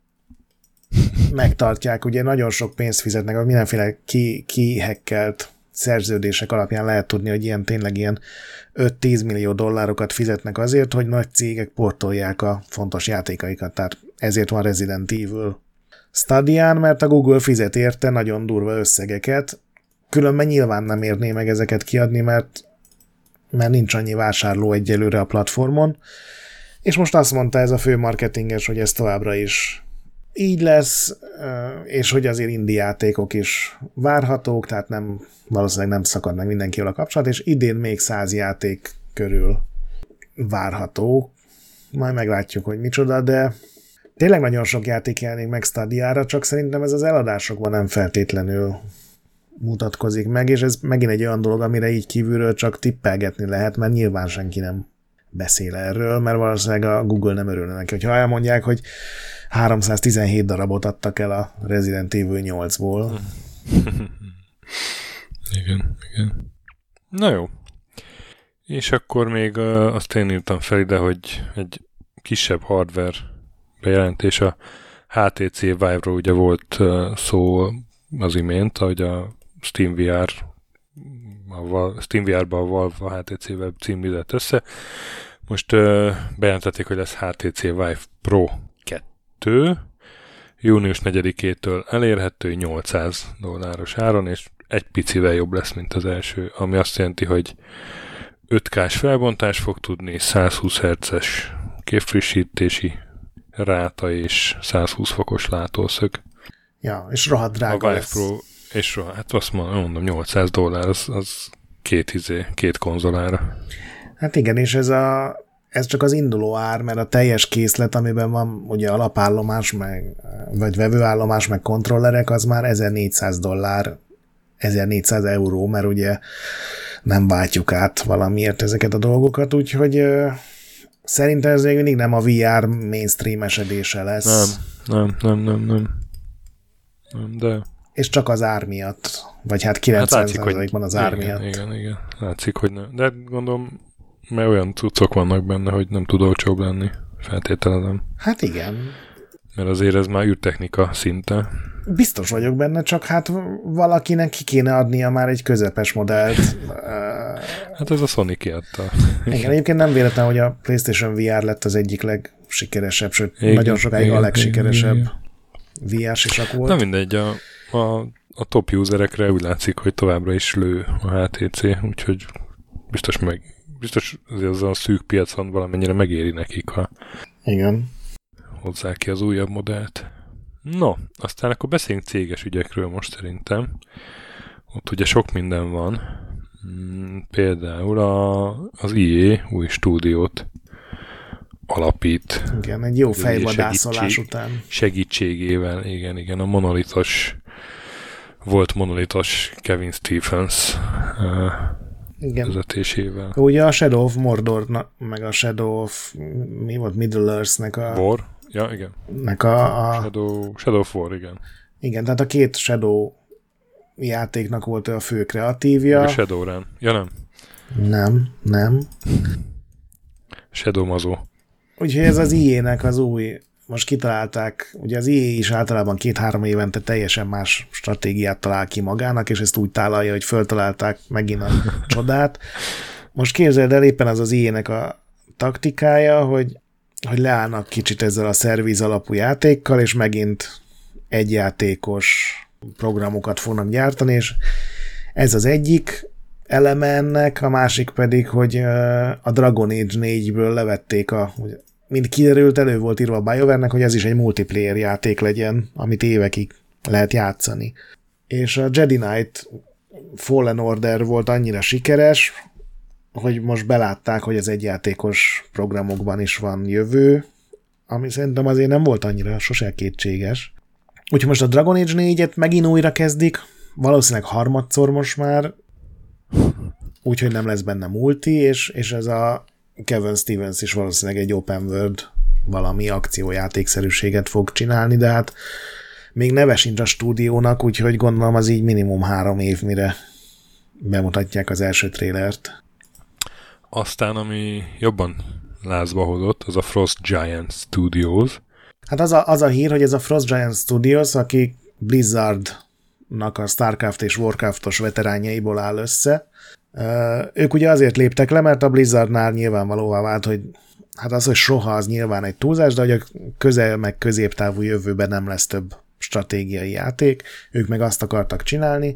megtartják, ugye nagyon sok pénzt fizetnek, vagy mindenféle ki, kihekkelt szerződések alapján lehet tudni, hogy ilyen tényleg ilyen öt-tíz millió dollárokat fizetnek azért, hogy nagy cégek portolják a fontos játékaikat, tehát ezért van Resident Evil Stadián, mert a Google fizet érte nagyon durva összegeket, különben nyilván nem érné meg ezeket kiadni, mert, mert nincs annyi vásárló egyelőre a platformon, és most azt mondta ez a fő marketinges, hogy ez továbbra is így lesz, és hogy azért indie játékok is várhatók, tehát nem, valószínűleg nem szakad meg mindenkivel a kapcsolat, és idén még száz játék körül várható. Majd meglátjuk, hogy micsoda, de tényleg nagyon sok játék jelenik meg Stadiára, csak szerintem ez az eladásokban nem feltétlenül mutatkozik meg, és ez megint egy olyan dolog, amire így kívülről csak tippelgetni lehet, mert nyilván senki nem beszél erről, mert valószínűleg a Google nem örülne neki, hogyha elmondják, hogy háromszáztizenhét darabot adtak el a Resident Evil nyolcból. Igen, igen. Na jó. És akkor még uh, azt én írtam fel ide, hogy egy kisebb hardware bejelentés a há té cé Vive-ról ugye volt uh, szó az imént, ahogy a SteamVR a SteamVR-ban a Valve a há té cé Web címvizet össze. Most uh, bejelentették, hogy lesz há té cé Vive Pro kettő, június negyedikétől elérhető nyolcszáz dolláros áron, és egy picivel jobb lesz, mint az első, ami azt jelenti, hogy öt ká-s felbontás fog tudni, százhúsz hertzes képfrissítési ráta és százhúsz fokos látószög. Ja, és rohadt drága a Vive lesz. Pro, és rohadt, hát azt mondom, nyolcszáz dollár, az, az két, izé, két konzolára. Hát igen, és ez, a, ez csak az induló ár, mert a teljes készlet, amiben van ugye alapállomás, meg, vagy vevőállomás, meg kontrollerek, az már ezernégyszáz dollár, ezernégyszáz euró, mert ugye nem váltjuk át valamiért ezeket a dolgokat, úgyhogy uh, szerintem ez még mindig nem a vé er mainstream-esedése lesz. Nem, nem, nem, nem, nem. nem de... És csak az ár miatt, vagy hát kilencven százalékban az ár igen, miatt. Igen, igen, látszik, hogy nem. De gondolom, mert olyan cuccok vannak benne, hogy nem tud olcsóbb lenni, feltételezem. Hát igen. Mert azért ez már űrtechnika szinte. Biztos vagyok benne, csak hát valakinek ki kéne adnia már egy közepes modellt. Hát ez a Sony kiadta. Igen, egyébként nem véletlen, hogy a PlayStation vé er lett az egyik legsikeresebb, sőt, igen, nagyon sokáig igen, a legsikeresebb igen, vé er sisak volt. Na mindegy, a, a, a top userekre úgy látszik, hogy továbbra is lő a há té cé, úgyhogy biztos meg, biztos azért az a szűk piacon valamennyire megéri nekik, ha igen. hozzák ki az újabb modellt. No, aztán akkor beszéljünk céges ügyekről most szerintem. Ott ugye sok minden van. Például a, az i á új stúdiót alapít. Igen, egy jó fejvadászolás után. Segítségével, igen, igen, a monolitos, volt monolitos Kevin Stephens uh, igen. vezetésével. Ugye a Shadow of Mordor, meg a Shadow of, mi volt, Middle-earth-nek a... War? Ja, igen. Nek a, a... Shadow, Shadow of War, igen. Igen, tehát a két Shadow játéknak volt a fő kreatívja. Meg a Shadowrun. Ja, nem. Nem, nem. Shadow Mazó. Úgyhogy ez az i á-nek az új, most kitalálták, ugye az i á is általában két-három évente teljesen más stratégiát talál ki magának, és ezt úgy tálalja, hogy föltalálták megint a csodát. Most képzeld el, éppen az az i á-nek a taktikája, hogy, hogy leállnak kicsit ezzel a szerviz alapú játékkal, és megint egyjátékos programokat fognak gyártani, és ez az egyik eleme ennek, a másik pedig, hogy a Dragon Age négyből levették a, mint kiderült, elő volt írva a BioWare-nek, hogy ez is egy multiplayer játék legyen, amit évekig lehet játszani. És a Jedi Knight Fallen Order volt annyira sikeres, hogy most belátták, hogy az egyjátékos programokban is van jövő, ami szerintem azért nem volt annyira sose kétséges. Úgyhogy most a Dragon Age négyet megint újra kezdik, valószínűleg harmadszor most már, úgyhogy nem lesz benne multi, és, és ez a Kevin Stephens is valószínűleg egy open world valami akciójátékszerűséget fog csinálni, de hát még neve sincs a stúdiónak, úgyhogy gondolom az így minimum három év, mire bemutatják az első trélert. Aztán, ami jobban lázba hozott, az a Frost Giant Studios. Hát az a, az a hír, hogy ez a Frost Giant Studios, aki Blizzardnak a Starcraft és Warcraftos veteránjaiból áll össze. Ők ugye azért léptek le, mert a Blizzardnál nyilvánvalóvá vált, hogy hát az, hogy soha, az nyilván egy túlzás, de hogy a közel meg középtávú jövőben nem lesz több stratégiai játék. Ők meg azt akartak csinálni,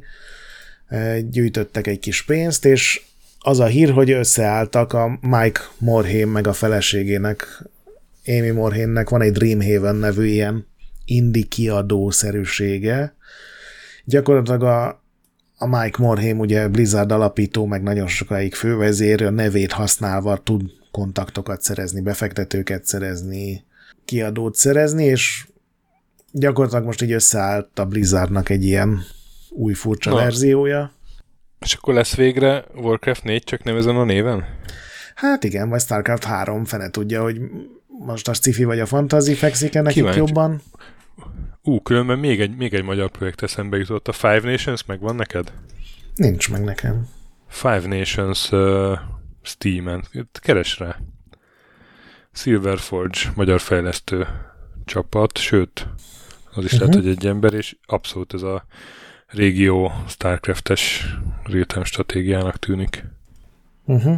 gyűjtöttek egy kis pénzt, és az a hír, hogy összeálltak a Mike Morhaime meg a feleségének, Amy Morhaime-nek van egy Dreamhaven nevű ilyen indie kiadószerűsége. Gyakorlatilag a, a Mike Morhaime ugye Blizzard alapító, meg nagyon sokáig fővezér, a nevét használva tud kontaktokat szerezni, befektetőket szerezni, kiadót szerezni, és gyakorlatilag most így összeállt a Blizzardnak egy ilyen új furcsa Na. verziója. És akkor lesz végre Warcraft négy, csak nem ezen a néven? Hát igen, vagy Starcraft három, fene tudja, hogy most a sci-fi vagy a fantasy fekszik ennek itt jobban. Ú, különben még egy, még egy magyar projekt eszembe jutott. A Five Nations megvan neked? Nincs meg nekem. Five Nations uh, Steam-en. Keres rá. Silverforge, magyar fejlesztő csapat, sőt, az is uh-huh. lehet, hogy egy ember, és abszolút ez a régió Starcraft-es real-time stratégiának tűnik. Uh-huh.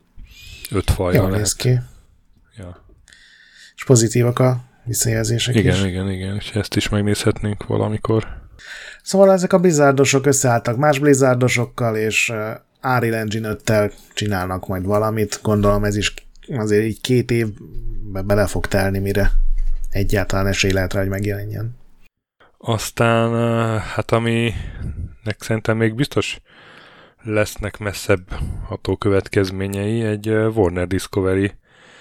Öt fajjal lehet. Néz ki. Ja. És pozitívak a visszajelzések igen, is. Igen, igen, igen. És ezt is megnézhetnénk valamikor. Szóval ezek a Blizzardosok összeálltak más Blizzardosokkal, és Unreal Engine öttel csinálnak majd valamit. Gondolom ez is azért így két évbe bele fog telni, mire egyáltalán esély lehet rá, hogy megjelenjen. Aztán, hát aminek szerintem még biztos lesznek messzebb ható következményei, egy Warner Discovery.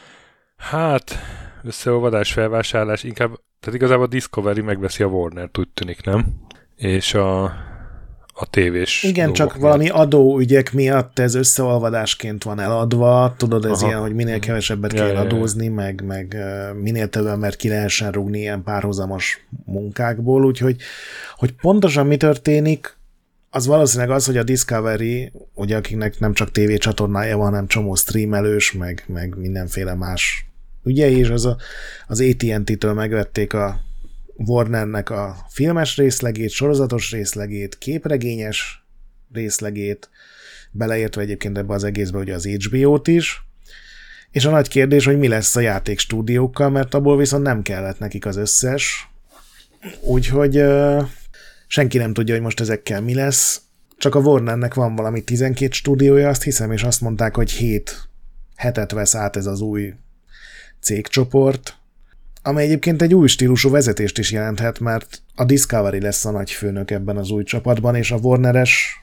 Hát, összeolvadás, felvásárlás, inkább, tehát igazából a Discovery megveszi a Warnert, úgy tűnik, nem? És a, a tévés igen, csak miatt. Valami adóügyek miatt ez összeolvadásként van eladva, tudod, ez Aha. ilyen, hogy minél kevesebbet ja, kell ja, adózni, ja. Meg, meg minél több embert ki lehessen rúgni ilyen párhuzamos munkákból, úgyhogy hogy pontosan mi történik, az valószínűleg az, hogy a Discovery, ugye akiknek nem csak tévécsatornája van, hanem csomó streamelős, meg, meg mindenféle más ügyei, és az, a, az á té and té-től megvették a Warnernek a filmes részlegét, sorozatos részlegét, képregényes részlegét, beleértve egyébként ebbe az egészbe ugye az há bé ó-t is, és a nagy kérdés, hogy mi lesz a játékstúdiókkal, mert abból viszont nem kellett nekik az összes, úgyhogy uh, senki nem tudja, hogy most ezekkel mi lesz, csak a Warnernek van valami tizenkét stúdiója, azt hiszem, és azt mondták, hogy hét hetet vesz át ez az új cégcsoport, amely egyébként egy új stílusú vezetést is jelenthet, mert a Discovery lesz a nagy főnök ebben az új csapatban, és a Warneres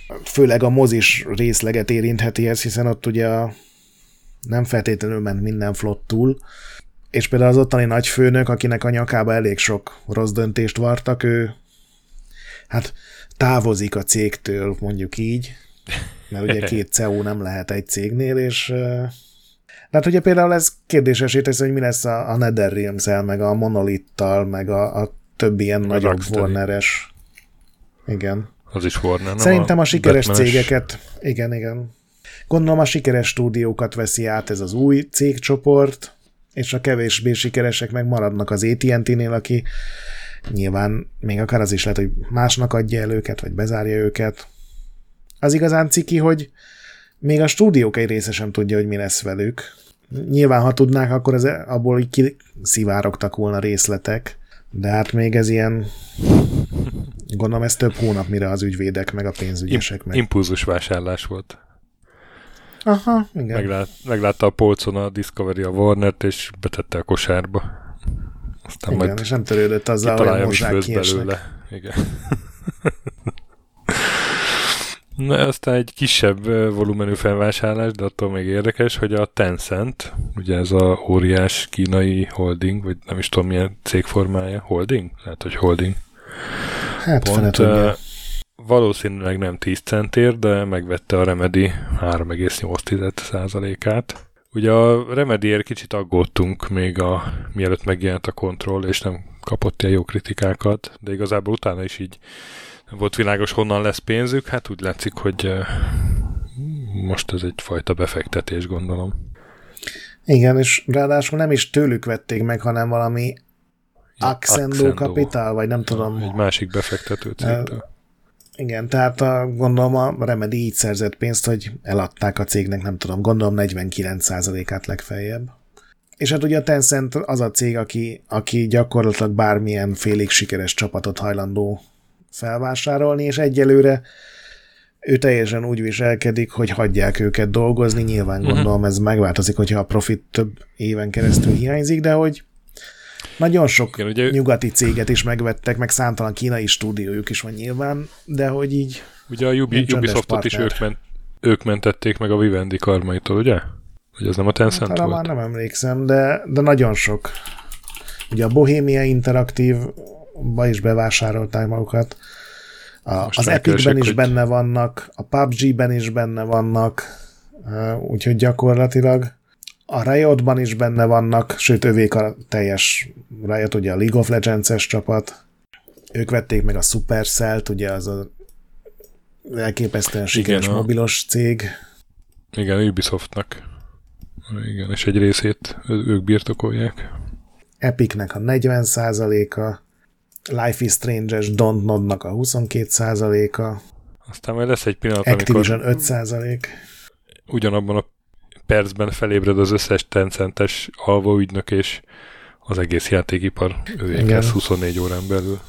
főleg a mozis részleget érintheti ez, hiszen ott ugye a, nem feltétlenül ment minden flottul, és például az ottani nagyfőnök, akinek a nyakába elég sok rossz döntést vartak, ő hát távozik a cégtől, mondjuk így, mert ugye két cé e o nem lehet egy cégnél, és de hát ugye például ez kérdésesé teszi, hogy mi lesz a, a NetherRealms-el, meg a Monolith-tal, meg a, a többi ilyen meg nagyobb Warner-es. Igen. Az is Warner, Szerintem a, a sikeres Batman-es cégeket, igen, igen. Gondolom a sikeres stúdiókat veszi át ez az új cégcsoport, és a kevésbé sikeresek meg maradnak az á té and té-nél, aki nyilván még akár az is lehet, hogy másnak adja el őket, vagy bezárja őket. Az igazán ciki, hogy még a stúdiók egy része sem tudja, hogy mi lesz velük. Nyilván, ha tudnák, akkor az, abból így kiszivárogtak volna részletek, de hát még ez ilyen, gondolom ez több hónap, mire az ügyvédek, meg a pénzügyesek meg. Impulzus vásárlás volt. Aha, igen. Meglát, meglátta a polcon a Discovery a Warnert, és betette a kosárba. Aztán igen, majd és nem törődött azzal, hogy mozzsák kiesnek. Igen. Na, aztán egy kisebb volumenű felvásárlás, de attól még érdekes, hogy a Tencent, ugye ez a óriás kínai holding, vagy nem is tudom milyen cégformája, holding? Lehet, hogy holding. Hát pont uh, valószínűleg nem tíz centért, de megvette a Remedy három egész nyolc százalékát. Ugye a Remedyért kicsit aggódtunk még a, mielőtt megjelent a Control, és nem kapott ilyen jó kritikákat, de igazából utána is így volt világos, honnan lesz pénzük, hát úgy látszik, hogy most ez egyfajta befektetés, gondolom. Igen, és ráadásul nem is tőlük vették meg, hanem valami ja, Accendo Capital, vagy nem tudom. Egy másik befektető cégtől. Igen, tehát a, gondolom a Remedy így szerzett pénzt, hogy eladták a cégnek, nem tudom, gondolom negyvenkilenc százalékát legfeljebb. És hát ugye a Tencent az a cég, aki, aki gyakorlatilag bármilyen félig sikeres csapatot hajlandó felvásárolni, és egyelőre ő teljesen úgy viselkedik, hogy hagyják őket dolgozni, nyilván gondolom ez megváltozik, hogyha a profit több éven keresztül hiányzik, de hogy nagyon sok igen, ugye, nyugati céget is megvettek, meg számtalan kínai stúdiójuk is van nyilván, de hogy így ugye a Ubi, Ubisoftot is ők, ment, ők mentették meg a Vivendi karmaitól, ugye? Vagy az nem a Tencent hát, volt? Már nem emlékszem, de, de nagyon sok. Ugye a Bohemia Interactive-ba is bevásárolták magukat. A, az Epicben is hogy... benne vannak, a pé u bé gé-ben is benne vannak, úgyhogy gyakorlatilag a Riotban is benne vannak, sőt övék a teljes Riot, ugye a League of Legends-es csapat. Ők vették meg a Supercell-t, ugye az a elképesztően sikeres igen, mobilos cég. Igen, a Ubisoftnak. Igen, és egy részét ők birtokolják. Epicnek a negyven százaléka, Life is Strange-es Dontnodnak a huszonkét százaléka, aztán majd lesz egy pillanat, Activision öt százalék. Ugyanabban a percben felébred az összes Tencentes alvóügynök, és az egész játékipar ővék lesz huszonnégy órán belül.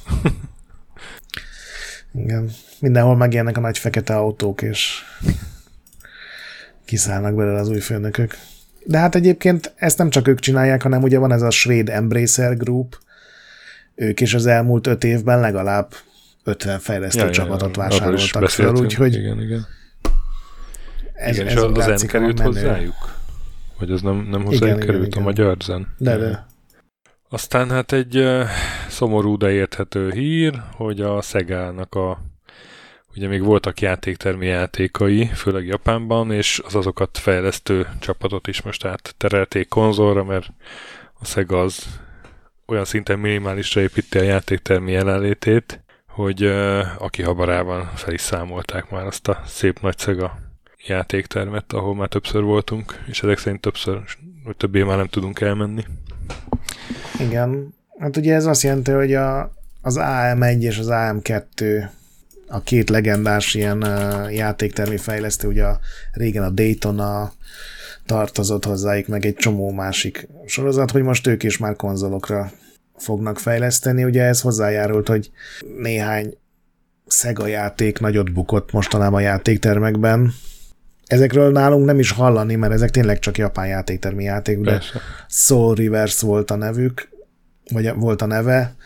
Igen. Mindenhol megjelennek a nagy fekete autók, és kiszállnak belőle az új főnökök. De hát egyébként ezt nem csak ők csinálják, hanem ugye van ez a svéd Embracer Group, ők is az elmúlt öt évben legalább ötven fejlesztő ja, csapatot ja, vásároltak fel, úgyhogy igen, igen. Ez, igen, ez és az Zen került hozzájuk? Vagy az nem, nem hozzájuk igen, került igen, a igen. magyar Zen? De, de. Aztán hát egy uh, szomorú, de érthető hír, hogy a Sega-nak a ugye még voltak játéktermi játékai, főleg Japánban, és az azokat fejlesztő csapatot is most átterelték konzolra, mert a Sega az olyan szinten minimálisra építi a játéktermi jelenlétét, hogy uh, aki habarában fel is számolták már azt a szép nagy Sega játéktermet, ahol már többször voltunk, és ezek szerint többször, hogy többé már nem tudunk elmenni. Igen. Hát ugye ez azt jelenti, hogy a, az á em egy és az á em kettő a két legendás ilyen uh, játéktermi fejlesztő, ugye a, régen a Daytona tartozott hozzájuk, meg egy csomó másik sorozat, hogy most ők is már konzolokra fognak fejleszteni. Ugye ez hozzájárult, hogy néhány Sega játék nagyot bukott mostanában a játéktermekben. Ezekről nálunk nem is hallani, mert ezek tényleg csak japán játéktermi játék, de Soul Reverse volt a nevük, vagy volt a neve.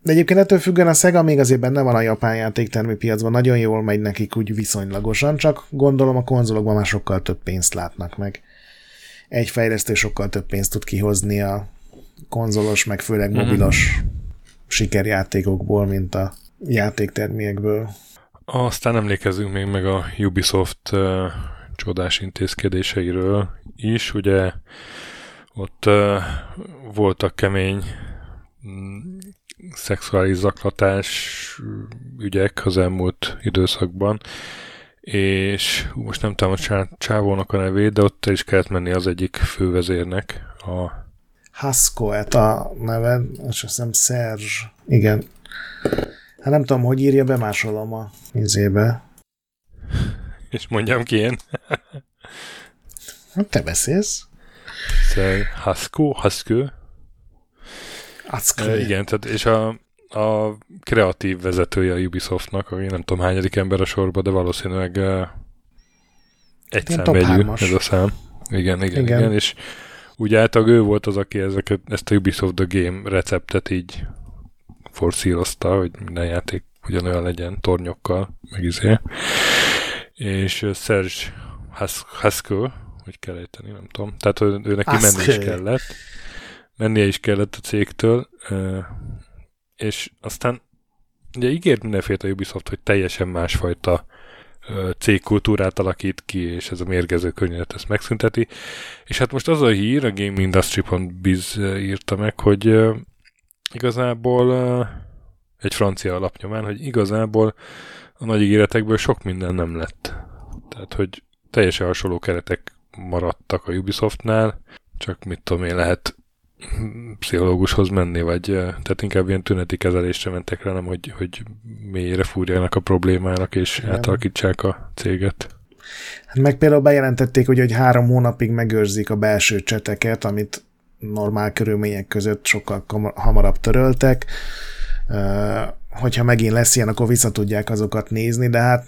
De egyébként ettől függően a Sega még azért benne van a japán játéktermi piacban, nagyon jól megy nekik úgy viszonylagosan, csak gondolom a konzolokban már sokkal több pénzt látnak meg. Egy fejlesztő sokkal több pénzt tud kihozni a konzolos, meg főleg mobilos mm-hmm. sikerjátékokból, mint a játéktermiekből. Aztán emlékezzünk még meg a Ubisoft uh, csodás intézkedéseiről is, ugye ott uh, voltak kemény mm, szexuális zaklatás ügyek az elmúlt időszakban, és most nem tudom a csávónak a nevét, de ott is kellett menni az egyik fővezérnek. A... Haskoet a neve, azt hiszem Serge. Igen. Hát nem tudom, hogy írja, bemásolom a izébe. És mondjam ki én. Te beszélsz? Hasko, Hasko. E, igen, tehát és a, a kreatív vezetője a Ubisoftnak, aki nem tudom hányadik ember a sorba, de valószínűleg uh, egy számjegyű ez a szám. Igen, igen, igen, igen, és úgy általában ő volt az, aki ezeket, ezt a Ubisoft The Game receptet így forszírozta, hogy minden játék ugyanolyan legyen tornyokkal, meg izé. És uh, Serge Haskell, hogy kell ejteni, nem tudom. Tehát ő, ő neki Haskell. menni is kellett. Mennie is kellett a cégtől, és aztán ugye ígért mindenféle a Ubisoft, hogy teljesen másfajta cégkultúrát alakít ki, és ez a mérgező környezet ezt megszünteti. És hát most az a hír, a GameIndustry pont biz írta meg, hogy igazából egy francia alapnyomán, hogy igazából a nagy ígéretekből sok minden nem lett. Tehát, hogy teljesen hasonló keretek maradtak a Ubisoftnál, csak mit tudom én, lehet pszichológushoz menni, vagy tehát inkább ilyen tüneti kezelésre mentek rá, nem hogy, hogy mélyre fúrjanak a problémának, és igen. átalakítsák a céget. Hát meg például bejelentették, hogy, hogy három hónapig megőrzik a belső cseteket, amit normál körülmények között sokkal hamarabb töröltek. Hogyha megint lesz ilyen, akkor vissza tudják azokat nézni, de hát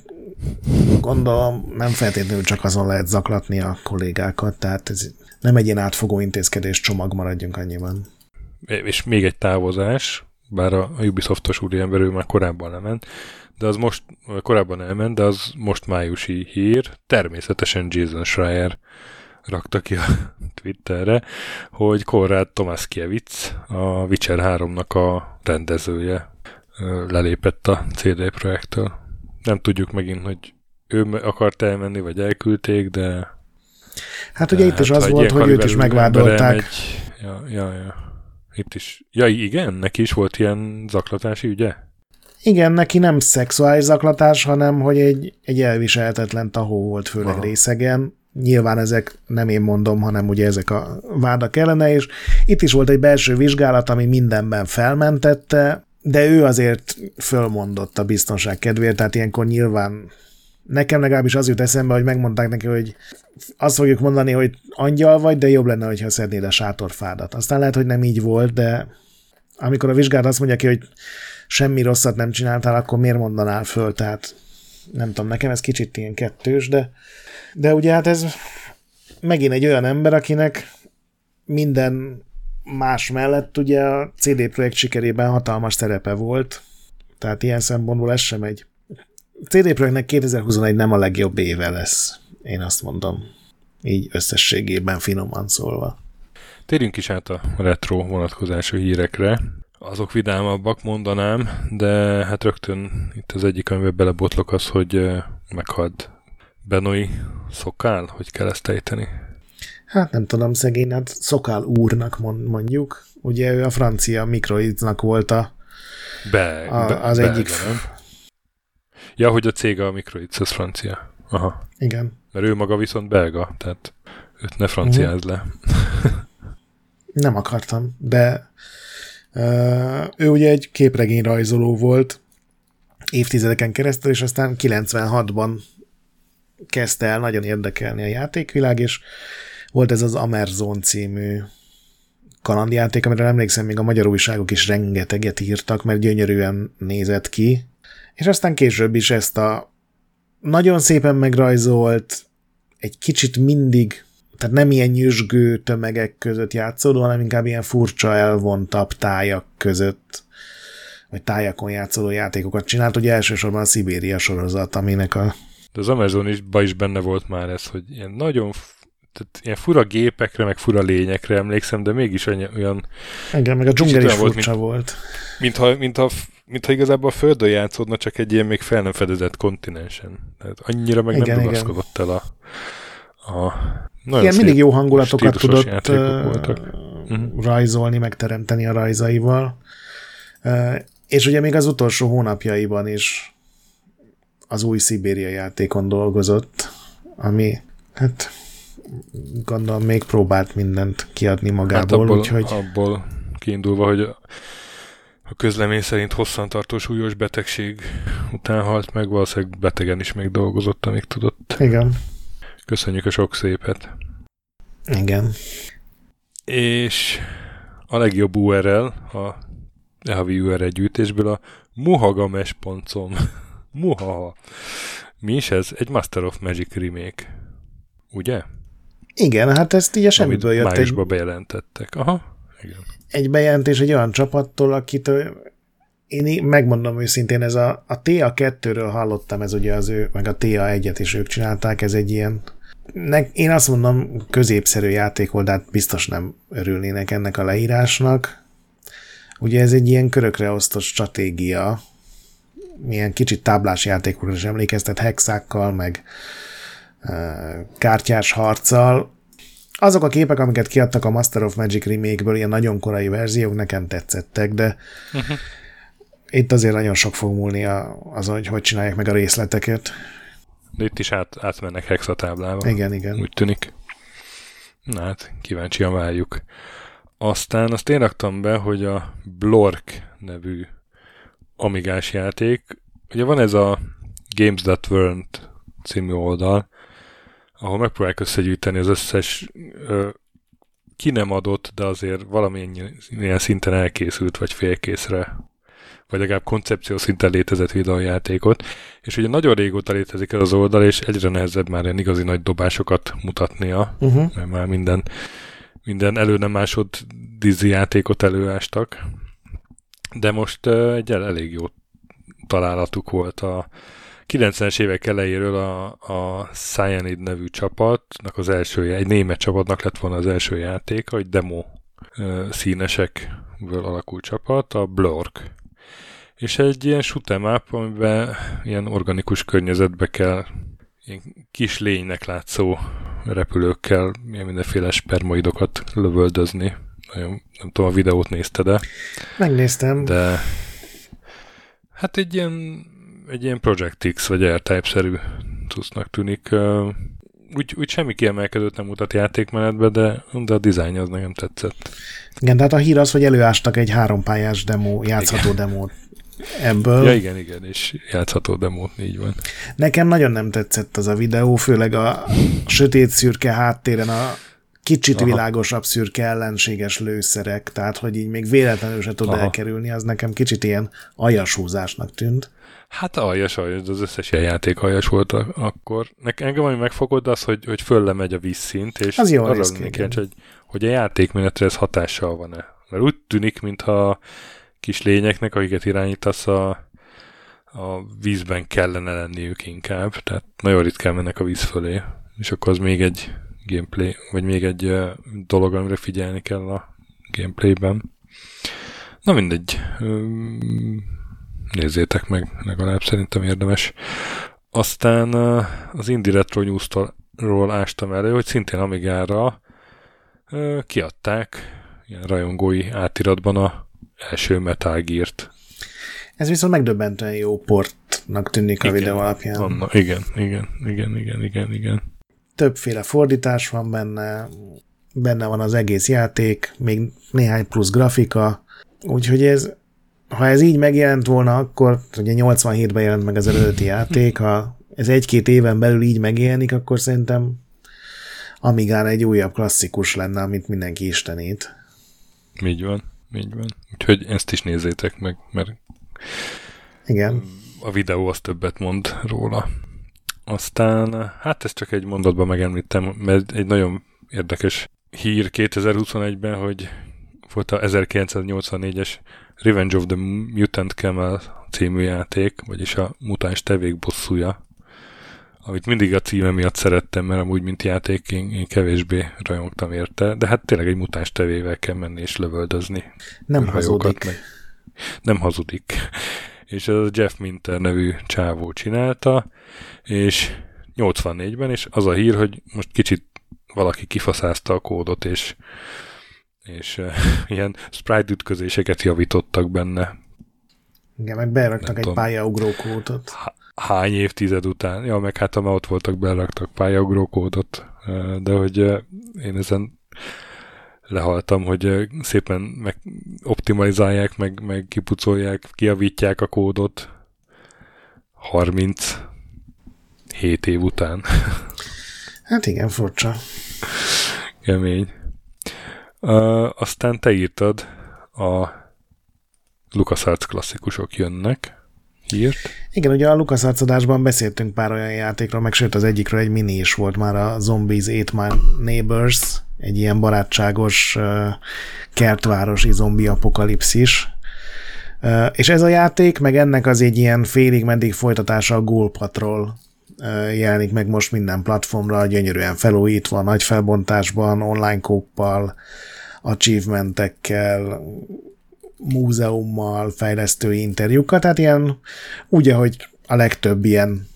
gondolom nem feltétlenül csak azon lehet zaklatni a kollégákat, tehát ez nem egy ilyen átfogó intézkedés csomag, maradjunk annyiban. És még egy távozás, bár a Ubisoftos úriember ő már korábban lement, de az most, korábban elment, de az most májusi hír, természetesen Jason Schreier rakta ki a Twitterre, hogy Konrad Tomaszkiewicz, a Witcher háromnak a rendezője lelépett a cé dé Projekttől. Nem tudjuk megint, hogy ő akart elmenni, vagy elküldték, de hát ugye de, itt is hát, az volt, hogy őt is megvádolták. Egy... Ja, ja, ja. Itt is. Ja, igen, neki is volt ilyen zaklatási ügye? Igen, neki nem szexuális zaklatás, hanem hogy egy, egy elviselhetetlen tahó volt, főleg aha. részegen. Nyilván ezek nem én mondom, hanem ugye ezek a vádak ellene, és itt is volt egy belső vizsgálat, ami mindenben felmentette, de ő azért fölmondott a biztonság kedvéért, tehát ilyenkor nyilván nekem legalábbis az jut eszembe, hogy megmondták neki, hogy azt fogjuk mondani, hogy angyal vagy, de jobb lenne, hogyha szednéd a sátorfádat. Aztán lehet, hogy nem így volt, de amikor a vizsgálat azt mondja ki, hogy semmi rosszat nem csináltál, akkor miért mondanál föl? Tehát nem tudom, nekem ez kicsit ilyen kettős, de, de ugye hát ez megint egy olyan ember, akinek minden más mellett ugye a cé dé Projekt sikerében hatalmas szerepe volt, tehát ilyen szempontból ez sem egy. A cé dé Projektnek kétezer-huszonegy nem a legjobb éve lesz, én azt mondom, így összességében finoman szólva. Térjünk is át a retro vonatkozású hírekre. Azok vidámabbak, mondanám, de hát rögtön itt az egyik, amiben belebotlok az, hogy meghalt Benoît Szokál, hogy kell ezt ejteni. Hát nem tudom, szegény, hát Szokál úrnak mondjuk. Ugye ő a francia Microidsnak volt a, be, a, be, az be, egyik... Nem? Ja, hogy a cég a Microids, az francia. Aha. Igen. Mert ő maga viszont belga, tehát őt ne franciázd le. Nem akartam, de uh, ő ugye egy képregényrajzoló volt évtizedeken keresztül, és aztán kilencvenhatban kezdte el nagyon érdekelni a játékvilág, és volt ez az Amerzone című kalandjáték, amire emlékszem, még a magyar újságok is rengeteget írtak, mert gyönyörűen nézett ki, és aztán később is ezt a nagyon szépen megrajzolt, egy kicsit mindig, tehát nem ilyen nyüzsgő tömegek között játszódó, hanem inkább ilyen furcsa elvontabb tájak között vagy tájakon játszoló játékokat csinált, ugye elsősorban a Szibéria sorozat, aminek a... De az Amazon is, is benne volt már ez, hogy ilyen nagyon tehát ilyen fura gépekre, meg fura lényekre emlékszem, de mégis olyan... Igen, meg a dzsungel is furcsa volt. volt. Mintha, mintha, mintha igazából a Földön játszódna, csak egy ilyen még fel nem fedezett kontinensen. Tehát annyira meg igen, nem rugaszkodott el a... a igen, mindig jó hangulatokat tudott uh, rajzolni, megteremteni a rajzaival. Uh, és ugye még az utolsó hónapjaiban is az új Szibéria játékon dolgozott, ami hát gondolom még próbált mindent kiadni magából, hát abból, úgyhogy... abból kiindulva, hogy a közlemény szerint hosszantartó súlyos betegség után halt meg, valószínűleg betegen is még dolgozott, amíg tudott. Igen. Köszönjük a sok szépet. Igen. És a legjobb u er el, a havi u er el gyűjtésből a muhagames pont com. Muhaha. Mi is ez? Egy Master of Magic remake. Ugye? Igen, hát ezt így a semmiből jött. Májusban egy... bejelentettek. Aha, igen. Egy bejelentés egy olyan csapattól, akitől én megmondom őszintén, ez a, a té á kettőről hallottam, ez ugye az ő, meg a té á egyet is ők csinálták, ez egy ilyen, ne, én azt mondom, középszerű játék volt, de hát biztos nem örülnének ennek a leírásnak. Ugye ez egy ilyen körökre osztott stratégia, milyen kicsit táblás játékokra is emlékeztet, hexákkal, meg kártyás harccal. Azok a képek, amiket kiadtak a Master of Magic remake-ből, ilyen nagyon korai verziók, nekem tetszettek, de uh-huh. itt azért nagyon sok fog múlni azon, hogy hogy csinálják meg a részleteket. De itt is át, átmennek hexatáblával. Igen, igen. Úgy tűnik. Na hát, kíváncsian várjuk. Aztán azt én raktam be, hogy a Blork nevű amigás játék, ugye van ez a Games That Weren't című oldal, ahol megpróbálják összegyűjteni az összes ö, ki nem adott, de azért valamilyen szinten elkészült, vagy félkészre, vagy legalább koncepció szinten létezett videójátékot. És ugye nagyon régóta létezik ez az oldal, és egyre nehezebb már ilyen igazi nagy dobásokat mutatnia, uh-huh. mert már minden, minden elő nem másod Disney játékot előástak. De most uh, egy elég jó találatuk volt a kilencvenes évek elejéről a, a Cyanide nevű csapatnak az első, egy német csapatnak lett volna az első játéka, egy demo uh, színesekből alakult csapat, a Blork. És egy ilyen shoot'em up, amiben ilyen organikus környezetbe kell ilyen kis lénynek látszó repülőkkel ilyen mindenféle spermoidokat lövöldözni. Nagyon, nem tudom, a videót nézted, de... Megnéztem. De hát egy ilyen egy ilyen Project X vagy R-Type-szerű cuccnak tűnik. Úgy, úgy semmi kiemelkedőt nem mutat játékmenetbe, de, de a dizájn az nekem tetszett. Igen, tehát a hír az, hogy előástak egy hárompályás demo, játszható igen. demót ebből. Ja, igen, igen, és játszható demót, így van. Nekem nagyon nem tetszett az a videó, főleg a sötét szürke háttéren a kicsit aha. világosabb szürke ellenséges lőszerek, tehát hogy így még véletlenül se tud aha. elkerülni, az nekem kicsit ilyen aljashúzásnak tűnt. Hát aljas, aljas, az összes ilyen játék aljas volt akkor. Nekem engem ami megfogott az, hogy, hogy fölle megy a vízszint, és az arra lennék, hogy, hogy a játékmenetre ez hatással van-e. Mert úgy tűnik, mintha kis lényeknek, akiket irányítasz, a, a vízben kellene lenniük inkább. Tehát nagyon ritkán mennek a víz fölé. És akkor az még egy gameplay, vagy még egy uh, dolog, amire figyelni kell a gameplayben. Na mindegy. Um, Nézzétek meg, legalább szerintem érdemes. Aztán uh, az Indie Retro News-ról ástam elő, hogy szintén Amigára uh, kiadták ilyen rajongói átiratban a első Metal Gear-t. Ez viszont megdöbbentően jó portnak tűnik igen, a videó alapján. Anna, igen, igen, igen, igen, igen, igen. Többféle fordítás van benne, benne van az egész játék, még néhány plusz grafika, úgyhogy ez ha ez így megjelent volna, akkor ugye nyolcvanhétben jelent meg az eredeti játék, ha ez egy-két éven belül így megjelenik, akkor szerintem Amigán egy újabb klasszikus lenne, amit mindenki istenít. Így van, így van. Úgyhogy ezt is nézzétek meg, mert igen. A videó az többet mond róla. Aztán, hát ezt csak egy mondatban megemlítem, mert egy nagyon érdekes hír kétezer-huszonegyben, hogy volt a ezerkilencszáznyolcvannégyes Revenge of the Mutant Camel című játék, vagyis a mutáns tevék bosszúja, amit mindig a címe miatt szerettem, mert amúgy, mint játék, én, én kevésbé rajongtam érte, de hát tényleg egy mutáns tevével kell menni és lövöldözni. Nem hazudik. Meg. Nem hazudik. És ez a Jeff Minter nevű csávó csinálta, és nyolcvannégyben, és az a hír, hogy most kicsit valaki kifaszázta a kódot, és, és uh, ilyen sprite ütközéseket javítottak benne. Igen, meg beraktak egy pályaugró kódot. Hány évtized után? Ja, meg hát ha ott voltak, beraktak pályaugró kódot, de hogy én ezen lehaltam, hogy szépen meg optimalizálják, meg, meg kipucolják, kijavítják a kódot harminchét év után. Hát igen, furcsa. Kemény. Uh, aztán te írtad, a LucasArts klasszikusok jönnek. Hírt. Igen, ugye a LucasArts adásban beszéltünk pár olyan játékról, meg sőt az egyikről egy mini is volt már, a Zombies Ate My Neighbors, egy ilyen barátságos uh, kertvárosi zombi apokalipszis. Uh, és ez a játék, meg ennek az egy ilyen félig-meddig folytatása, a Ghoul Patrol uh, jelenik meg most minden platformra, gyönyörűen felújítva, nagy felbontásban, online kóppal, achievementekkel, múzeummal, fejlesztői interjúkkal, tehát ilyen úgy, ahogy a legtöbb ilyen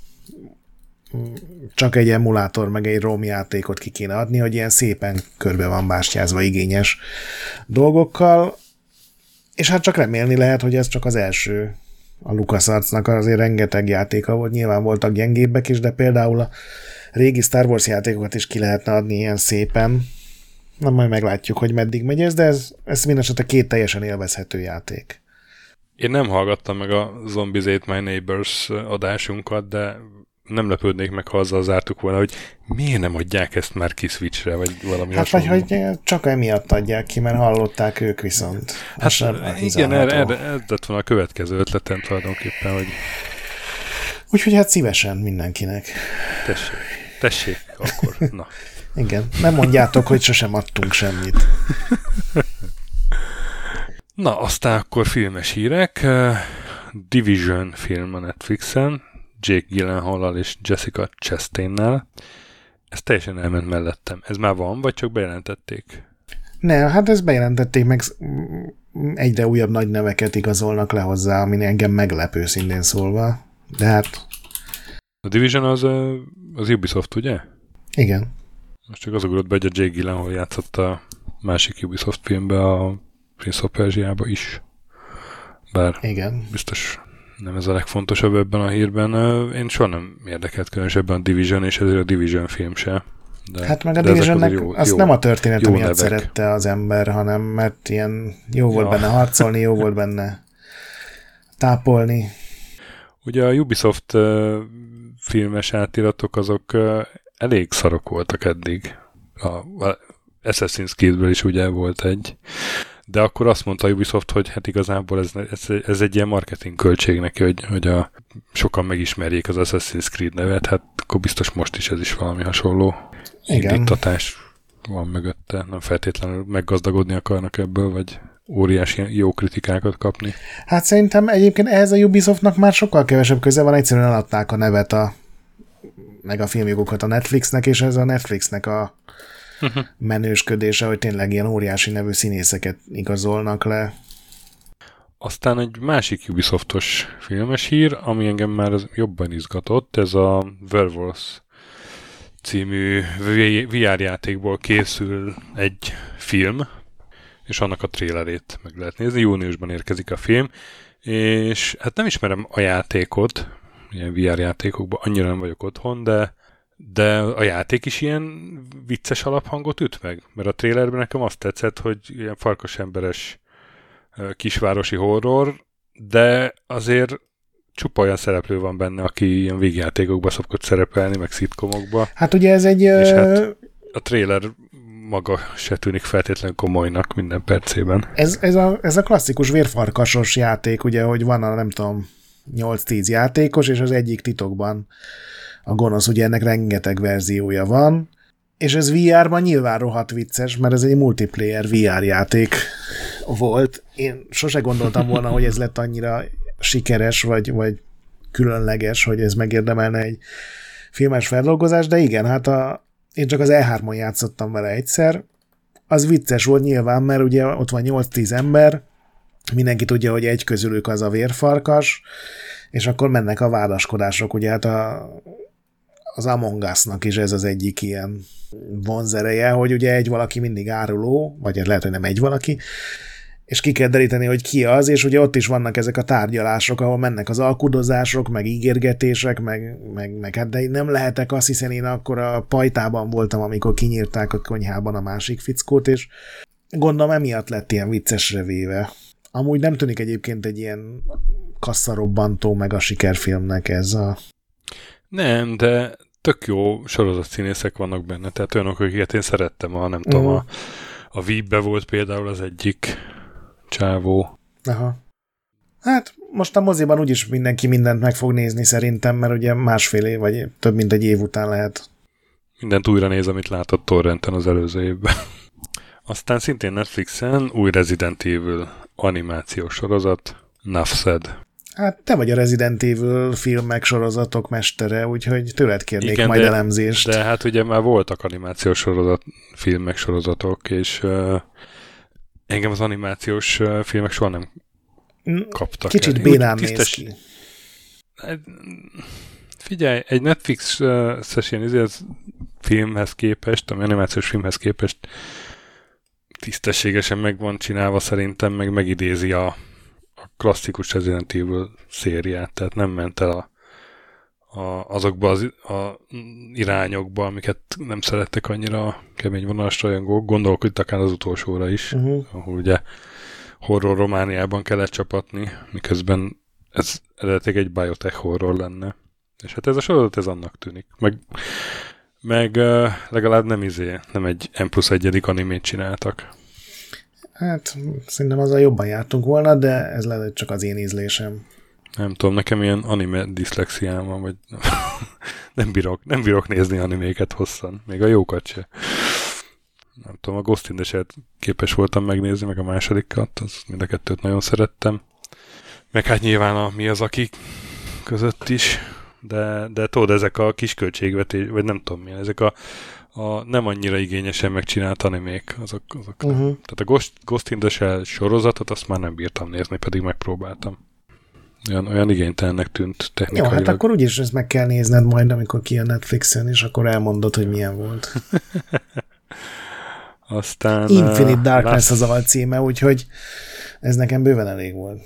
csak egy emulátor, meg egy ROM játékot ki kéne adni, hogy ilyen szépen körbe van bástyázva igényes dolgokkal, és hát csak remélni lehet, hogy ez csak az első. A LucasArtsnak azért rengeteg játéka volt, nyilván voltak gyengébbek is, de például a régi Star Wars játékokat is ki lehetne adni ilyen szépen. Na, majd meglátjuk, hogy meddig megy ez, de ez, ez mindesetre két teljesen élvezhető játék. Én nem hallgattam meg a Zombies Ate My Neighbors adásunkat, de nem lepődnék meg, ha azzal zártuk volna, hogy miért nem adják ezt már ki Switchre, vagy valami hát hasonló. Vagy hogy csak emiatt adják ki, mert hallották ők viszont. Hát igen, erre, erre, erre lett volna a következő ötletem tulajdonképpen, hogy... Úgyhogy hát szívesen mindenkinek. Tessék, tessék, akkor, na. Igen, nem mondjátok, hogy sosem adtunk semmit. Na, aztán akkor filmes hírek. Division film a Netflixen, Jake Gyllenhaal-al és Jessica Chastain-nel. Ez teljesen elment mellettem. Ez már van, vagy csak bejelentették? Ne, hát ezt bejelentették, meg egyre újabb nagy neveket igazolnak le hozzá, ami engem meglepő szintén szólva. De hát... A Division az, az Ubisoft, ugye? Igen. Most csak az ugrott be, hogy a Jake Gyllenhaal játszott a másik Ubisoft filmbe, a Prince of Persia-ba is. Bár igen. Biztos nem ez a legfontosabb ebben a hírben. Én soha nem érdekelt különösebben a Division, és ezért a Division film se. De, hát meg a Divisionnek jó, azt jó, nem a történet miatt nevek. Szerette az ember, hanem mert ilyen jó volt ja. benne harcolni, jó volt benne tápolni. Ugye a Ubisoft uh, filmes átiratok azok uh, elég szarok voltak eddig. A, a Assassin's Creedből is ugye volt egy. De akkor azt mondta a Ubisoft, hogy hát igazából ez, ez, ez egy ilyen marketing költség neki, hogy, hogy a, sokan megismerjék az Assassin's Creed nevet, hát akkor biztos most is ez is valami hasonló indítatás van mögötte. Nem feltétlenül meggazdagodni akarnak ebből, vagy óriási jó kritikákat kapni. Hát szerintem egyébként ehhez a Ubisoftnak már sokkal kevesebb köze van, egyszerűen eladták a nevet a meg a filmjogokat a Netflixnek, és ez a Netflixnek a uh-huh. menősködése, hogy tényleg ilyen óriási nevű színészeket igazolnak le. Aztán egy másik Ubisoftos filmes hír, ami engem már jobban izgatott, ez a Werewolves című vé er játékból készül egy film, és annak a trailerét meg lehet nézni. Júniusban érkezik a film, és hát nem ismerem a játékot, ilyen vé er játékokban annyira nem vagyok otthon, de, de a játék is ilyen vicces alaphangot üt meg. Mert a trailerben nekem azt tetszett, hogy ilyen farkasemberes kisvárosi horror, de azért csupa olyan szereplő van benne, aki ilyen végjátékokban szokott szerepelni, meg szitkomokba. Hát ugye ez egy... És hát a trailer maga se tűnik feltétlenül komolynak minden percében. Ez, ez, a, ez a klasszikus vérfarkasos játék, ugye, hogy van a nem tudom nyolc-tíz játékos, és az egyik titokban a gonosz, ugye ennek rengeteg verziója van, és ez vé er-ban nyilván rohadt vicces, mert ez egy multiplayer vé er játék volt. Én sose gondoltam volna, hogy ez lett annyira sikeres, vagy, vagy különleges, hogy ez megérdemelne egy filmes feldolgozás, de igen, hát a, én csak az E hármon játszottam vele egyszer. Az vicces volt nyilván, mert ugye ott van nyolc-tíz ember, mindenki tudja, hogy egy közülük az a vérfarkas, és akkor mennek a vádaskodások, ugye hát a, az Among Us-nak is ez az egyik ilyen vonzereje, hogy ugye egy valaki mindig áruló, vagy lehet, hogy nem egy valaki, és ki kell deríteni, hogy ki az, és ugye ott is vannak ezek a tárgyalások, ahol mennek az alkudozások, meg ígérgetések, meg, meg, meg hát de nem lehetek azt, hiszen én akkor a pajtában voltam, amikor kinyírták a konyhában a másik fickót, és gondolom emiatt lett ilyen viccesre véve. Amúgy nem tűnik egyébként egy ilyen kasszarobbantó meg a sikerfilmnek ez a... Nem, de tök jó sorozatszínészek vannak benne, tehát olyanok, akiket én szerettem, ha nem uh-huh. tudom, a, a Veep-be volt például az egyik csávó. Aha. Hát most a moziban úgyis mindenki mindent meg fog nézni szerintem, mert ugye másfél év, vagy több mint egy év után lehet. Mindent újra néz, amit látott torrenten az előző évben. Aztán szintén Netflixen új Resident Evil animációs sorozat, Nuff Said. Hát te vagy a Resident Evil filmek, sorozatok mestere, úgyhogy tőled kérnék igen, majd de, elemzést. De hát ugye már voltak animációs sorozat, filmek, sorozatok, és uh, engem az animációs uh, filmek soha nem kaptak. Kicsit bénán néz ki. Figyelj, egy Netflix-es ilyen uh, filmhez képest, ami animációs filmhez képest tisztességesen meg van csinálva szerintem, meg megidézi a, a klasszikus Resident Evil szériát, tehát nem ment el a, a, azokba az a irányokba, amiket nem szerettek annyira a kemény vonalas rajongók. Gondolok itt akár az utolsóra is, uh-huh. ahol ugye horror Romániában kellett csapatni, miközben ez eredetileg egy biotech horror lenne. És hát ez a sorozat ez annak tűnik. Meg Meg uh, legalább nem izé, nem egy M plusz egyedik animét csináltak. Hát szerintem azzal jobban jártunk volna, de ez lehet csak az én ízlésem. Nem tudom, nekem ilyen anime diszlexiám van, vagy nem bírok, nem bírok nézni animéket hosszan, még a jókat se. Nem tudom, a Ghost in the Shell képes voltam megnézni, meg a másodikat, az mind a kettőt nagyon szerettem. Meg hát nyilván a Mi az aki között is. De, de tudod, ezek a kis költségvetés, vagy nem tudom milyen, ezek a, a nem annyira igényesen megcsinált animék, azok, azok uh-huh. Tehát a Ghost, Ghost in the Shell sorozatot azt már nem bírtam nézni, pedig megpróbáltam. Olyan, olyan igénytelennek tűnt technikailag. Jó, hát akkor úgyis ezt meg kell nézned majd, amikor kijön Netflixen, és akkor elmondod, hogy milyen volt. Aztán... Infinite Darkness uh, az alcíme, úgyhogy ez nekem bőven elég volt.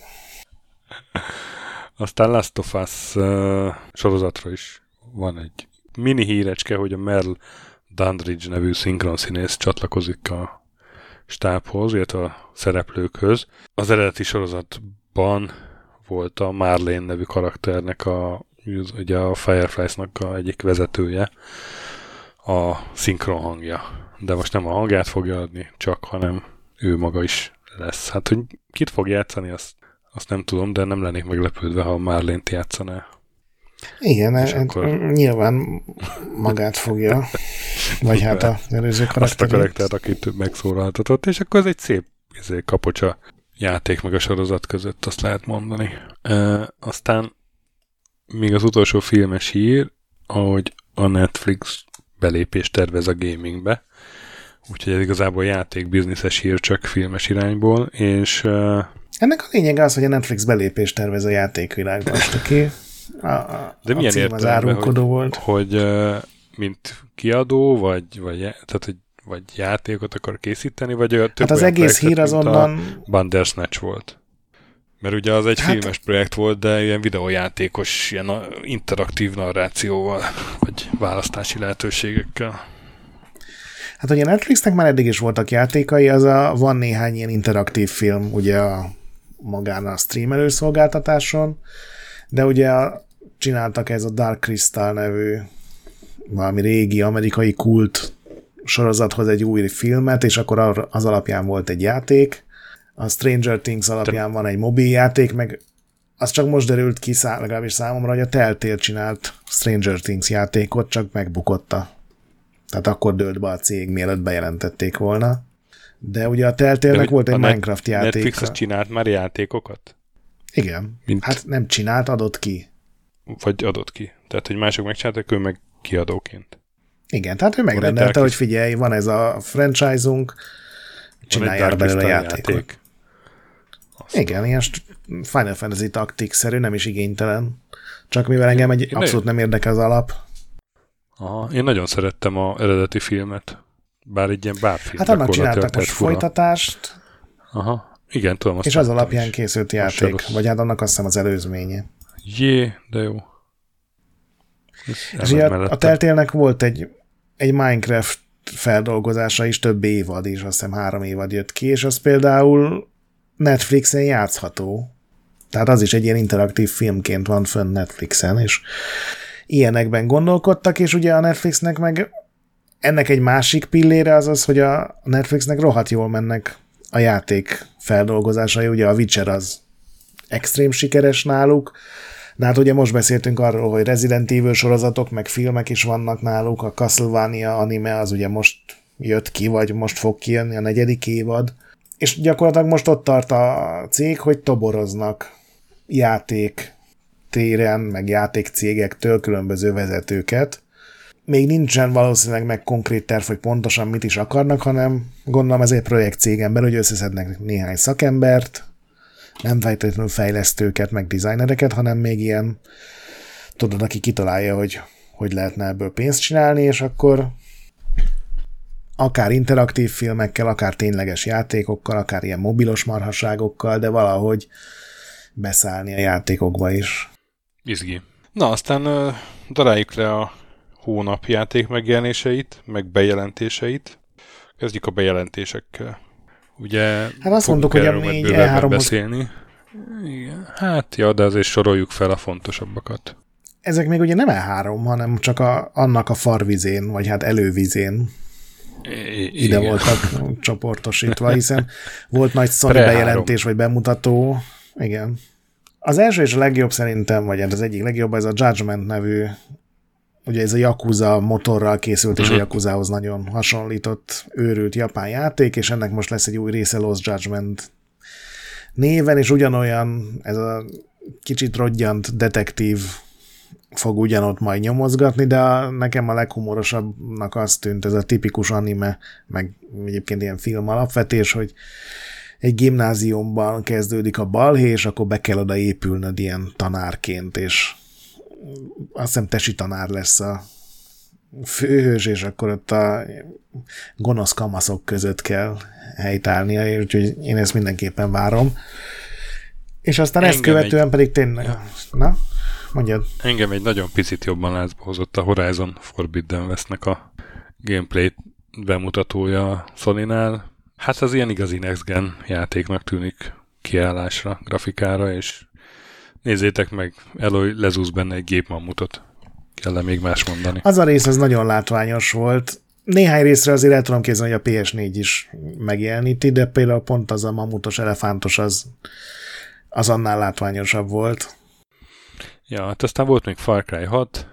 Aztán Last of Us uh, sorozatra is van egy mini hírecske, hogy a Merle Dandridge nevű szinkronszínész csatlakozik a stábhoz, illetve a szereplőkhöz. Az eredeti sorozatban volt a Marlene nevű karakternek a, ugye a Fireflies-nak a egyik vezetője, a szinkron hangja. De most nem a hangját fogja adni, csak, hanem ő maga is lesz. Hát, hogy kit fog játszani, azt Azt nem tudom, de nem lennék meglepődve, ha Marlene-t játszaná. Igen, e- akkor... nyilván magát fogja, vagy hát a előző karakterét. Azt a karaktert, akit megszólaltatott, és akkor ez egy szép ezért kapocsa játék meg a sorozat között, azt lehet mondani. E, aztán még az utolsó filmes hír, ahogy a Netflix belépést tervez a gamingbe, úgyhogy ez igazából játékbizniszes hír, csak filmes irányból, és... E, ennek a lényege az, hogy a Netflix belépést tervez a játékvilágban. Aki a, a, de milyen értelemben, hogy, volt. hogy mint kiadó, vagy, vagy, tehát, hogy, vagy játékot akar készíteni, vagy több hát az egész hír azonnan... Bandersnatch volt. Mert ugye az egy hát... filmes projekt volt, de ilyen videójátékos, ilyen interaktív narrációval, vagy választási lehetőségekkel. Hát ugye Netflixnek már eddig is voltak játékai, az a, van néhány ilyen interaktív film, ugye a magán a streamelő szolgáltatáson, de ugye a, csináltak ez a Dark Crystal nevű valami régi amerikai kult sorozathoz egy új filmet, és akkor az alapján volt egy játék, a Stranger Things alapján van egy mobiljáték, meg az csak most derült ki, szá- legalábbis számomra, hogy a Telltale csinált Stranger Things játékot, csak megbukotta. Tehát akkor dőlt be a cég, mielőtt bejelentették volna. De ugye a Telltale-nek volt egy Minecraft játék. Netflix az csinált már játékokat? Igen. Mint... Hát nem csinált, adott ki. Vagy adott ki. Tehát, hogy mások megcsináltak, ő meg kiadóként. Igen, tehát ő megrendelte, hogy figyelj, van ez a franchise-unk, csinálják belőle a játékot. Játék. Igen, ilyen Final Fantasy Tactics-szerű, nem is igénytelen. Csak mivel engem egy én abszolút nem érdekel az alap. Aha, én nagyon szerettem az eredeti filmet. Bár egy ilyen bárfilm. Hát annak csináltak most fura. folytatást. Aha, igen, tudom. És az alapján is készült játék. Vagy hát annak azt hiszem az előzménye. Jé, de jó. És ugye a, a Telltale-nek volt egy, egy Minecraft feldolgozása is, több évad is, azt hiszem három évad jött ki, és az például Netflixen játszható. Tehát az is egy ilyen interaktív filmként van fönn Netflixen, és ilyenekben gondolkodtak, és ugye a Netflixnek meg ennek egy másik pillére az az, hogy a Netflixnek rohadt jól mennek a játék feldolgozásai, ugye a Witcher az extrém sikeres náluk, de hát ugye most beszéltünk arról, hogy Resident Evil sorozatok, meg filmek is vannak náluk, a Castlevania anime az ugye most jött ki, vagy most fog kijönni a negyedik évad, és gyakorlatilag most ott tart a cég, hogy toboroznak játék téren, meg játékcégektől különböző vezetőket. Még nincsen valószínűleg meg konkrét terv, hogy pontosan mit is akarnak, hanem gondolom ez egy projektcégen belül, hogy összeszednek néhány szakembert, nem feltétlenül fejlesztőket, meg designereket, hanem még ilyen, tudod, aki kitalálja, hogy hogy lehetne ebből pénzt csinálni, és akkor akár interaktív filmekkel, akár tényleges játékokkal, akár ilyen mobilos marhaságokkal, de valahogy beszállni a játékokba is. Izgi. Na, aztán uh, daráljuk le a hónap játék megjelenéseit, meg bejelentéseit. Kezdjük a bejelentésekkel. Ugye hát azt mondtuk, hogy a négy E három beszélni. Igen. Hát, ja, de azért soroljuk fel a fontosabbakat. Ezek még ugye nem E három, hanem csak a, annak a farvizén, vagy hát elővizén I- ide igen. voltak csoportosítva, hiszen volt nagy Sony bejelentés, vagy bemutató. Igen. Az első és a legjobb szerintem, vagy az egyik legjobb, ez a Judgment nevű, ugye ez a Yakuza motorral készült, és a Yakuzához nagyon hasonlított őrült japán játék, és ennek most lesz egy új része Lost Judgment néven, és ugyanolyan, ez a kicsit rodgyant detektív fog ugyanott majd nyomozgatni, de a, nekem a leghumorosabbnak azt tűnt, ez a tipikus anime, meg egyébként ilyen film alapvetés, hogy egy gimnáziumban kezdődik a balhé, és akkor be kell oda épülnöd ilyen tanárként, és azt hiszem tesi tanár lesz a főhős, és akkor ott a gonosz kamaszok között kell helytállnia, úgyhogy én ezt mindenképpen várom. És aztán engem ezt követően egy... pedig tényleg... Ja. Na, mondjad. Engem egy nagyon picit jobban lázba hozott a Horizon Forbidden Westnek a gameplay bemutatója a Sonynál. Hát az ilyen igazi next gen játéknak tűnik kiállásra, grafikára, és nézzétek meg, Eloy lezúz benne egy gépmammutot. Kell még más mondani. Az a rész az nagyon látványos volt. Néhány részre azért el tudom képzelni, hogy a P S négy is megjeleníti, de például pont az a mammutos, elefántos az, az annál látványosabb volt. Ja, hát aztán volt még Far Cry hat,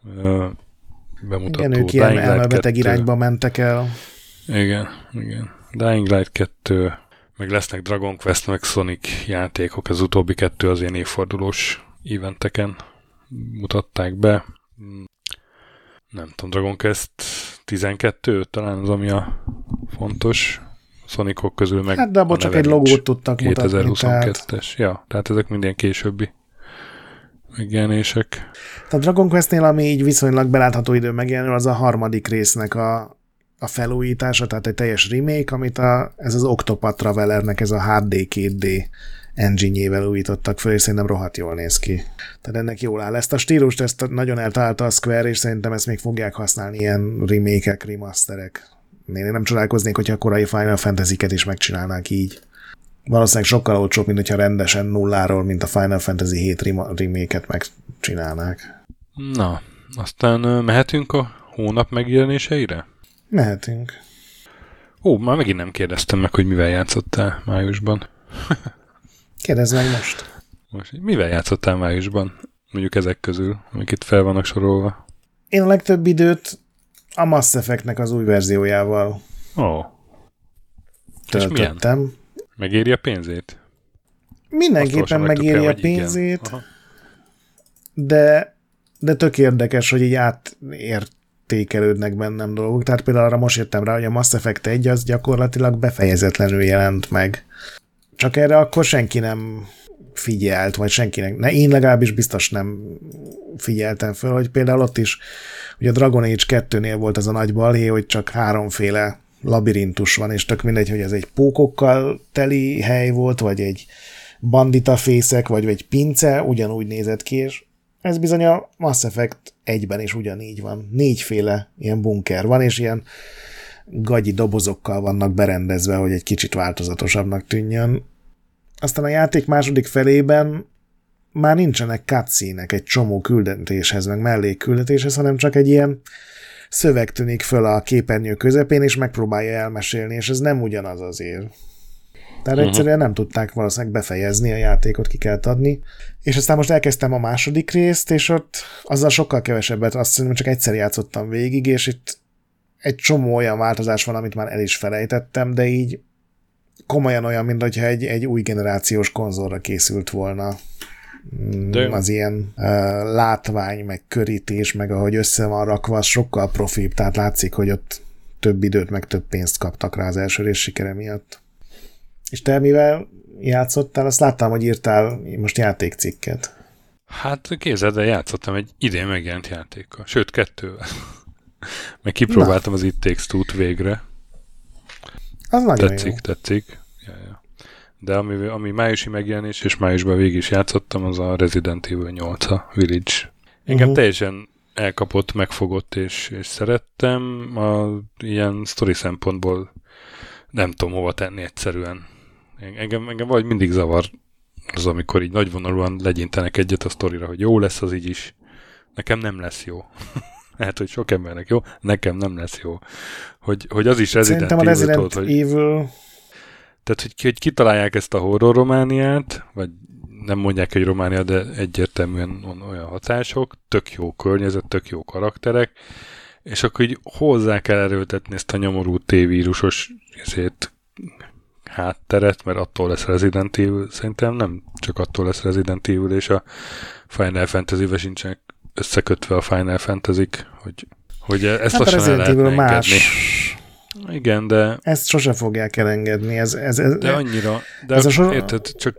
bemutató. Igen, ők ilyen elmebeteg irányba mentek el. Igen, igen. Dying Light kettő, meg lesznek Dragon Quest, meg Sonic játékok, az utóbbi kettő az ilyen évfordulós eventeken mutatták be. Nem tudom, Dragon Quest tizenkettő talán az, ami a fontos. Sonicok közül meg... Hát de abban csak egy logót tudtak mutatni. kétezer-huszonkettes. Tehát... Ja, tehát ezek minden későbbi megjelenések. A Dragon Questnél, ami így viszonylag belátható idő megjelenő, az a harmadik résznek a, a felújítása, tehát egy teljes remake, amit a, ez az Octopath Travelernek ez a há dé két dé engine-jével újítottak föl, és szerintem rohadt jól néz ki. Tehát ennek jól áll. Ezt a stílust ezt nagyon eltalálta a Square, és szerintem ezt még fogják használni ilyen remake-ek, remasterek. Én nem csodálkoznék, hogyha a korai Final Fantasy-ket is megcsinálnák így. Valószínűleg sokkal olcsóbb, mint hogyha rendesen nulláról, mint a Final Fantasy hét remake-et megcsinálnák. Na, aztán mehetünk a hónap megjelenéseire? Mehetünk. Ó, már megint nem kérdeztem meg, hogy mivel játszottál májusban. Kérdezz meg most. Most. Mivel játszottál májusban? Mondjuk ezek közül, amik itt fel vannak sorolva. Én a legtöbb időt a Mass Effect-nek az új verziójával. Ó. Oh. töltöttem. Megéri a pénzét? Mindenképpen megéri a pénzét, de, de tök érdekes, hogy így átértékelődnek bennem dolgok. Tehát például arra most jöttem rá, hogy a Mass Effect egy az gyakorlatilag befejezetlenül jelent meg. Csak erre akkor senki nem figyelt, vagy senkinek, ne, én legalábbis biztos nem figyeltem föl, hogy például ott is, ugye a Dragon Age kettőnél volt az a nagy balhé, hogy csak háromféle labirintus van, és tök mindegy, hogy ez egy pókokkal teli hely volt, vagy egy banditafészek, vagy egy pince, ugyanúgy nézett ki, és ez bizony a Mass Effect egyben is ugyanígy van. Négyféle ilyen bunker van, és ilyen gagyi dobozokkal vannak berendezve, hogy egy kicsit változatosabbnak tűnjön. Aztán a játék második felében már nincsenek cutscene-ek egy csomó küldetéshez, meg mellékküldetéshez, hanem csak egy ilyen szöveg tűnik föl a képernyő közepén, és megpróbálja elmesélni, és ez nem ugyanaz azért. Tehát uh-huh. egyszerűen nem tudták valószínűleg befejezni a játékot, ki kellett adni. És aztán most elkezdtem a második részt, és ott azzal sokkal kevesebbet, azt hiszem, csak egyszer játszottam végig, és itt egy csomó olyan változás van, amit már el is felejtettem, de így komolyan olyan, mint hogyha egy, egy új generációs konzolra készült volna. Az ilyen uh, látvány, meg körítés, meg ahogy össze van rakva, az sokkal profibb, tehát látszik, hogy ott több időt, meg több pénzt kaptak rá az első rész sikere miatt. És te mivel játszottál? Azt láttam, hogy írtál most játékcikket. Hát képzeld, de játszottam egy idén megjelent játékkal. Sőt, kettővel. Meg kipróbáltam Na. az It Takes Two-t végre. Az nagyon tetszik, jó. Tetszik, ja, ja. De ami, ami májusi megjelenés, és májusban végig is játszottam, az a Resident Evil nyolc, a Village. Engem uh-huh. teljesen elkapott, megfogott, és, és szerettem. A ilyen sztori szempontból nem tudom hova tenni egyszerűen. Engem, engem vagy mindig zavar az, amikor így nagyvonalúan legyintenek egyet a sztorira, hogy jó lesz az így is. Nekem nem lesz jó. Hát, hogy sok embernek jó, nekem nem lesz jó. Hogy, hogy az is Resident Szerintem Evil. a Resident hogy, Evil... Tehát, hogy, hogy kitalálják ezt a horror Romániát, vagy nem mondják, hogy Románia, de egyértelműen olyan hatások, tök jó környezet, tök jó karakterek, és akkor így hozzá kell erőltetni ezt a nyomorú T-vírusos ezért hátteret, mert attól lesz Resident Evil. Szerintem nem csak attól lesz Resident Evil, és a Final Fantasy-vel sincsenek összekötve a Final Fantasy-k, hogy, hogy ezt hát lassan el lehetne engedni. Más. Igen, de... Ezt sose fogják elengedni. Ez, ez, ez, de annyira... De ez a sor... érted, csak,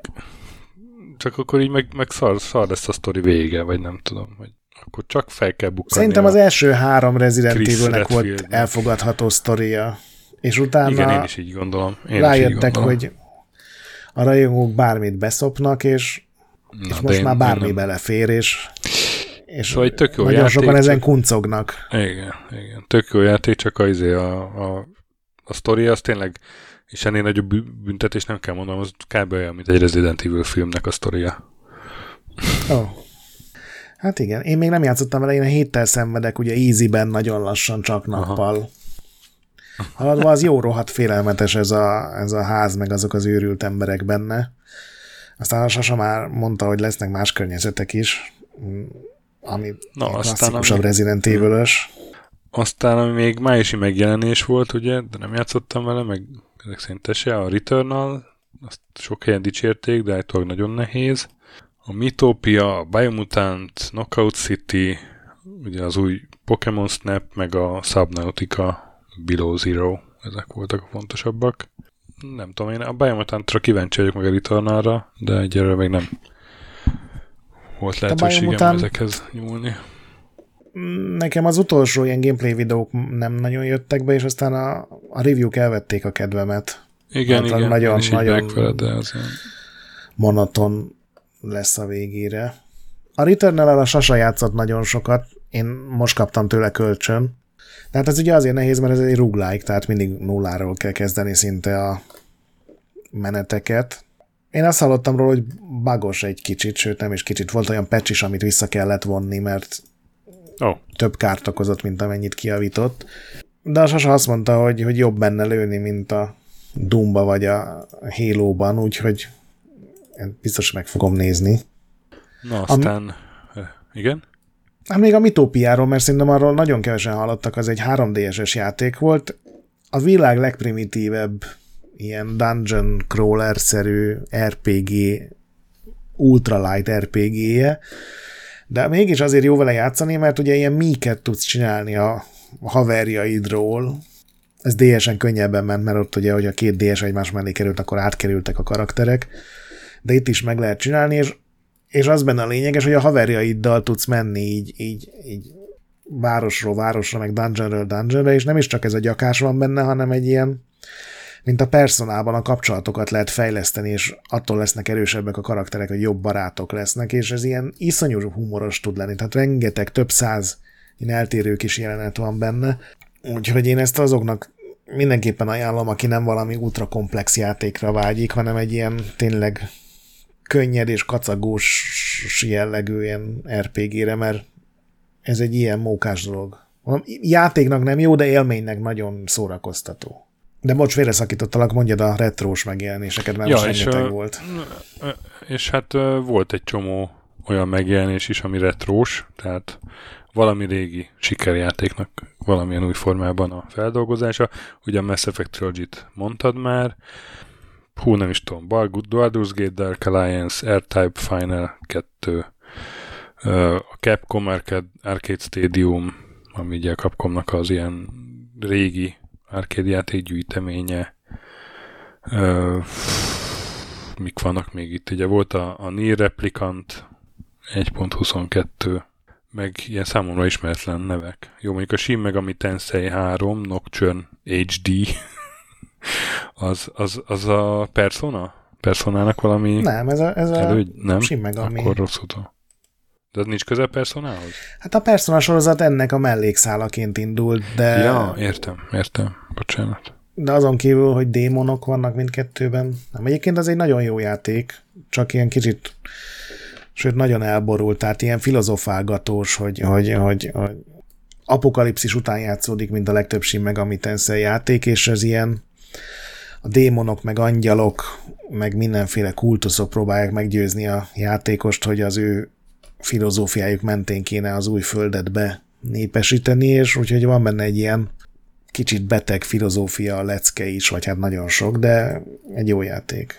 csak akkor így meg, meg szar, szar lesz a sztori vége, vagy nem tudom, hogy akkor csak fel kell bukkani. Szerintem az első három Resident Evilnek volt elfogadható sztoria. És utána igen, én is így gondolom. Én rájöttek, így gondolom. hogy a rajongók bármit beszopnak, és, Na, és most már bármi nem... belefér, és, és szóval tök jó nagyon játék, sokan ezen csak... kuncognak. Igen, igen. Tök jó játék, csak a, a, a, a sztori az tényleg, és ennél nagyobb büntetés nem kell mondanom, az kb. Olyan, mint egy Resident Evil filmnek a sztoria. Ó. Oh. Hát igen, én még nem játszottam vele, én a héttel szenvedek, ugye easyben nagyon lassan, csak nappal. Aha. Haladva az jó rohadt félelmetes ez a, ez a ház, meg azok az őrült emberek benne. Aztán a Sasa már mondta, hogy lesznek más környezetek is, ami Na, klasszikusabb Resident Evil-ös. Aztán, ami még májusi megjelenés volt, ugye, de nem játszottam vele, meg ezek szerint se, a Returnal, azt sok helyen dicsérték, de állítólag nagyon nehéz. A Mythopia, a Biomutant, Knockout City, ugye az új Pokémon Snap, meg a Subnautica Below Zero, ezek voltak a fontosabbak. Nem tudom, én a Biomutantra kíváncsi vagyok, meg a Returnalra, de egyelőre még nem volt lehetőségem Biomutant... ezekhez nyúlni. Nekem az utolsó ilyen gameplay videók nem nagyon jöttek be, és aztán a, a review-k elvették a kedvemet. Igen, hát igen, nagyon, is nagyon vele, de azért... monoton lesz a végére. A Returnal-el a Sasa játszott nagyon sokat, én most kaptam tőle kölcsön. Tehát ez ugye azért nehéz, mert ez egy roguelike, tehát mindig nulláról kell kezdeni szinte a meneteket. Én azt hallottam róla, hogy bugos egy kicsit, sőt nem is kicsit, volt olyan patch is, amit vissza kellett vonni, mert oh. több kárt okozott, mint amennyit kijavított. De a Sasa azt mondta, hogy, hogy jobb benne lőni, mint a Doomba vagy a Halo-ban, úgyhogy biztos meg fogom nézni. Na aztán, a, igen? Hát még a Mythopiáról, mert szerintem arról nagyon kevesen hallottak, az egy három dé es-es játék volt. A világ legprimitívebb ilyen dungeon crawler-szerű er pé gé, ultralight er pé gé-je, de mégis azért jó vele játszani, mert ugye ilyen míket tudsz csinálni a haverjaidról. Ez dé esen könnyebben ment, mert ott ugye, hogy a két dé es egymás mellé került, akkor átkerültek a karakterek, de itt is meg lehet csinálni, és, és az benne a lényeges, hogy a haverjaiddal tudsz menni így, így, így városról városra, meg dungeonről dungeonre, és nem is csak ez a gyakás van benne, hanem egy ilyen, mint a Personában a kapcsolatokat lehet fejleszteni, és attól lesznek erősebbek a karakterek, hogy jobb barátok lesznek, és ez ilyen iszonyú humoros tud lenni, tehát rengeteg, több száz ilyen eltérő kis jelenet van benne, úgyhogy én ezt azoknak mindenképpen ajánlom, aki nem valami ultra komplex játékra vágyik, hanem egy ilyen tényleg könnyed és kacagós jellegű ilyen er pé gére, mert ez egy ilyen mókás dolog. Játéknak nem jó, de élménynek nagyon szórakoztató. De bocs, félreszakítottalak, mondjad a retrós megjelenéseket, mert ja, most rengeteg volt. És hát volt egy csomó olyan megjelenés is, ami retrós, tehát valami régi sikerjátéknak valamilyen új formában a feldolgozása. Ugye a Mass Effect Trilogy-t mondtad már, hú, nem is tudom, Baldur's Gate, Dark Alliance, R-Type Final kettő, a Capcom Arcade Stadium, ami ugye a Capcomnak az ilyen régi arcade játék gyűjteménye. Mik vannak még itt? Ugye volt a, a Nier Replicant egy pont huszonkettő, meg ilyen számomra ismeretlen nevek. Jó, mondjuk a Shin Megami Tensei három, Nocturne há dé, az, az, az a Persona? Personának valami nem, ez a, ez a előgy? Nem? Shin Megami. Akkor rossz tudom. De az nincs közel Personához? Hát a Persona sorozat ennek a mellékszálaként indult, de... Ja, értem, értem. Bocsánat. De azon kívül, hogy démonok vannak mindkettőben. Nem, egyébként az egy nagyon jó játék, csak ilyen kicsit, sőt nagyon elborult, tehát ilyen filozofálgatós, hogy, hogy, hogy, hogy apokalipszis után játszódik, mint a legtöbb Shin Megami Tensei játék, és ez ilyen a démonok, meg angyalok, meg mindenféle kultuszok próbálják meggyőzni a játékost, hogy az ő filozófiájuk mentén kéne az új földet benépesíteni, és úgyhogy van benne egy ilyen kicsit beteg filozófia lecke is, vagy hát nagyon sok, de egy jó játék.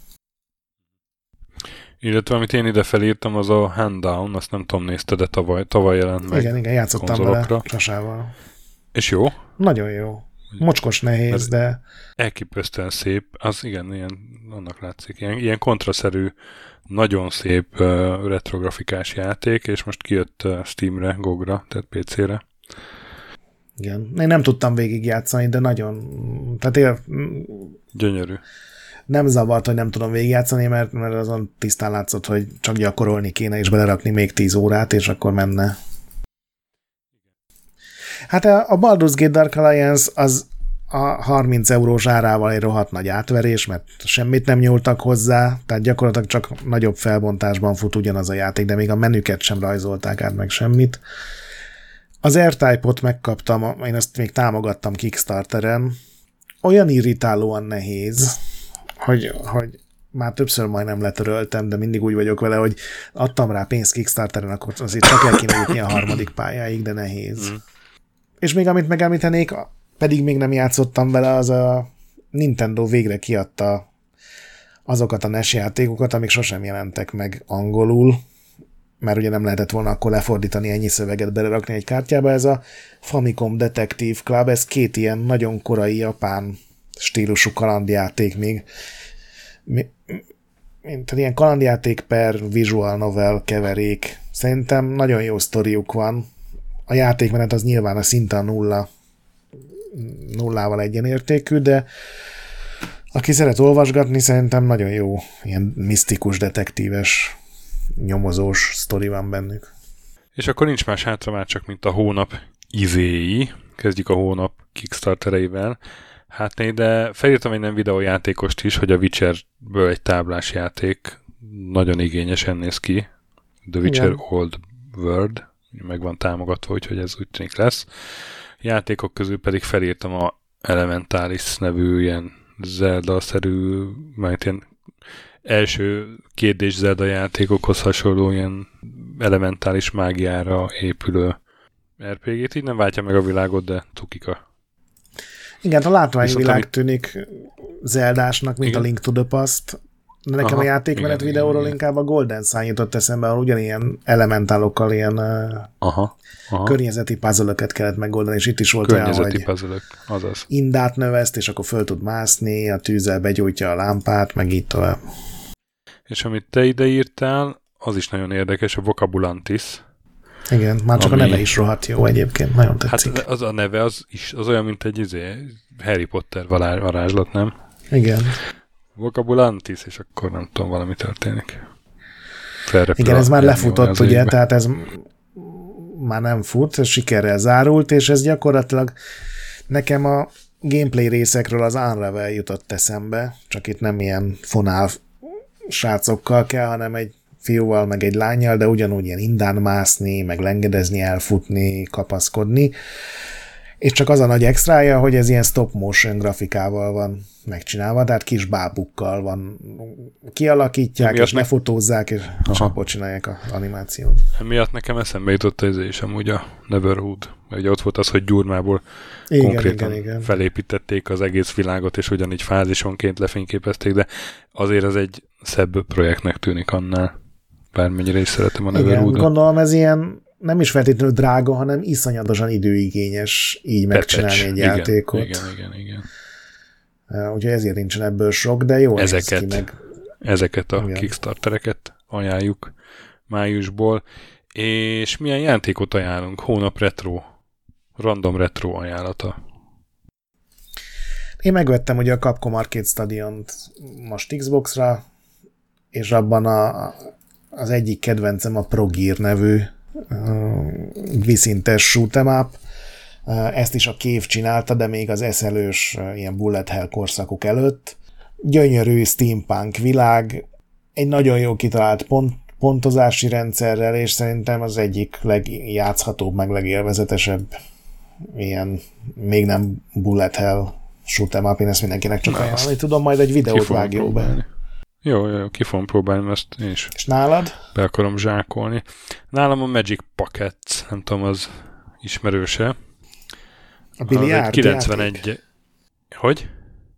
Illetve amit én ide felírtam, az a Handdown, azt nem tudom, nézted, de tavaly, tavaly jelent meg. Igen, igen, játszottam vele Sasával. És jó? Nagyon jó. Mocskos nehéz, ez de... Elképesztően szép. Az igen, ilyen, annak látszik. Ilyen, ilyen kontraszerű, nagyon szép uh, retrografikás játék, és most kijött uh, Steamre, Gogra, tehát pé cére. Igen. Én nem tudtam végigjátszani, de nagyon... Tehát ér... Gyönyörű. Nem zavart, hogy nem tudom végigjátszani, mert, mert azon tisztán látszott, hogy csak gyakorolni kéne, és belerakni még tíz órát, és akkor menne. Hát a Baldur's Gate Dark Alliance az a harminc eurós árával egy rohadt nagy átverés, mert semmit nem nyúltak hozzá, tehát gyakorlatilag csak nagyobb felbontásban fut ugyanaz a játék, de még a menüket sem rajzolták át meg semmit. Az R-Type-ot megkaptam, én ezt még támogattam Kickstarteren. Olyan irritálóan nehéz, hogy, hogy már többször majdnem letöröltem, de mindig úgy vagyok vele, hogy adtam rá pénzt Kickstarteren, akkor azért csak el kéne jutni a harmadik pályáig, de nehéz. Mm. És még amit megemlítenék, pedig még nem játszottam vele, az a Nintendo végre kiadta azokat a en e es játékokat, amik sosem jelentek meg angolul, mert ugye nem lehetett volna akkor lefordítani ennyi szöveget belerakni egy kártyába. Ez a Famicom Detective Club, ez két ilyen nagyon korai japán stílusú kalandjáték még. Tehát ilyen kalandjáték per visual novel keverék. Szerintem nagyon jó sztoriuk van. A játékmenet az nyilván a szinte a nulla, nullával egyenértékű, de aki szeret olvasgatni, szerintem nagyon jó ilyen misztikus, detektíves, nyomozós sztori van bennük. És akkor nincs más hátra már csak, mint a hónap izéi. Kezdjük a hónap Kickstartereivel. Hát né, de felírtam egy nem videójátékost is, hogy a Witcherből egy táblás játék nagyon igényesen néz ki. The Witcher igen. Old World. Meg van támogatva, úgyhogy ez úgy tűnik lesz. Játékok közül pedig felírtam a Elementalis nevű ilyen Zelda-szerű, majd ilyen első kétdés Zelda játékokhoz hasonló ilyen elementális mágiára épülő er pé gét. Így nem váltja meg a világot, de tukika. Igen, a látványvilág amit... tűnik Zeldásnak, mint igen. a Link to the Past. De nekem aha, a játékmenet igen, videóról igen, inkább a Golden Sun jutott eszembe, ahol ugyanilyen elementálokkal ilyen aha, aha. környezeti puzzle-öket kellett megoldani, és itt is volt olyan, hogy puzzle-ök, azaz. indát növeszt, és akkor föl tud mászni, a tűzzel begyújtja a lámpát, meg így tovább. És amit te ide írtál, az is nagyon érdekes, a Vocabulantis. Igen, már csak ami... a neve is rohadt jó egyébként, nagyon tetszik. Hát az a neve az is az olyan, mint egy izé, Harry Potter varázslat, nem? Igen. Vocabulantis, és akkor nem tudom, valami történik. Felrepül igen, ez már lefutott, ugye, égbe. Tehát ez már nem fut, ez sikerrel zárult, és ez gyakorlatilag nekem a gameplay részekről az Unravel jutott eszembe, csak itt nem ilyen fonál srácokkal kell, hanem egy fiúval, meg egy lányjal, de ugyanúgy ilyen indán mászni, meg lengedezni, elfutni, kapaszkodni. És csak az a nagy extrája, hogy ez ilyen stop motion grafikával van megcsinálva, tehát kis bábukkal van, kialakítják, emiatt és ne fotózzák, és csapot csinálják az animációt. Emiatt nekem eszembe jutott ez is amúgy a Neverhood, ugye ott volt az, hogy gyurmából igen, konkrétan igen, igen. felépítették az egész világot, és ugyanígy fázisonként lefényképezték, de azért az egy szebb projektnek tűnik annál, bármennyire is szeretem a Neverhood-ot. Igen, gondolom ez ilyen nem is feltétlenül drága, hanem iszonyatosan időigényes így megcsinálni egy igen, játékot. Igen, igen, igen. Úgyhogy ezért nincsen ebből sok, de jó ezeket, ki meg. Ezeket a igen. Kickstartereket ajánljuk májusból. És milyen játékot ajánlunk? Hónap retro, random retro ajánlata. Én megvettem ugye a Capcom Arcade Stadiont most Xboxra, és abban a, az egyik kedvencem a ProGear nevű vízszintes shoot'em up. Ezt is a Cave csinálta, de még az eszelős ilyen bullet hell korszakok előtt. Gyönyörű steampunk világ, egy nagyon jó kitalált pont, pontozási rendszerrel, és szerintem az egyik legjátszhatóbb, meg legélvezetesebb ilyen még nem bullet hell shoot'em up. Én ezt mindenkinek csak ajánlani tudom, majd egy videót vágjuk be. Jó, jó, jó, ki fogom próbálni ezt én is. És nálad? Be akarom zsákolni. Nálam a Magic Pocket, nem tudom, az ismerőse. A biliárd kilencvenegy... játék? Hogy?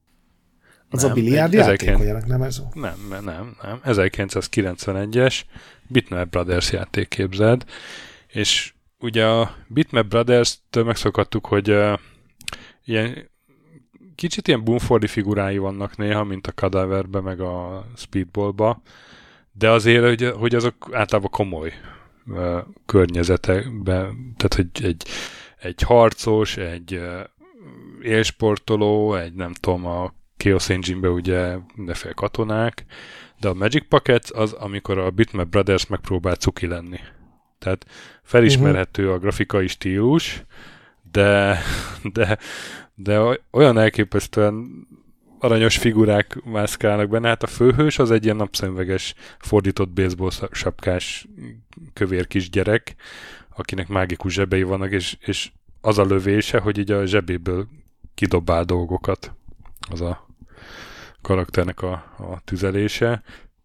Az nem, a biliárd játék, vagy nem ez? Nem, nem, nem. ezerkilencszázkilencvenegyes Bitmap Brothers játék, képzeld. És ugye a Bitmap Brothers-től megszokhattuk, hogy uh, ilyen kicsit ilyen Bumfordi figurái vannak néha, mint a Cadaverbe, meg a Speedballba, de azért, hogy, hogy azok általában komoly uh, környezetekben, tehát hogy egy, egy harcos, egy uh, élsportoló, egy nem tudom, a Chaos Engine-be ugye mindenféle katonák, de a Magic Pocket az, amikor a Bitmap Brothers megpróbál cuki lenni. Tehát felismerhető uh-huh. a grafikai stílus, de, de, de olyan elképesztően aranyos figurák mászkálnak benne. Hát a főhős az egy ilyen napszemüveges, fordított baseball sapkás kövér kis gyerek, akinek mágikus zsebei vannak, és, és az a lövése, hogy így a zsebéből kidobál dolgokat. Az a karakternek a, a tüzelése.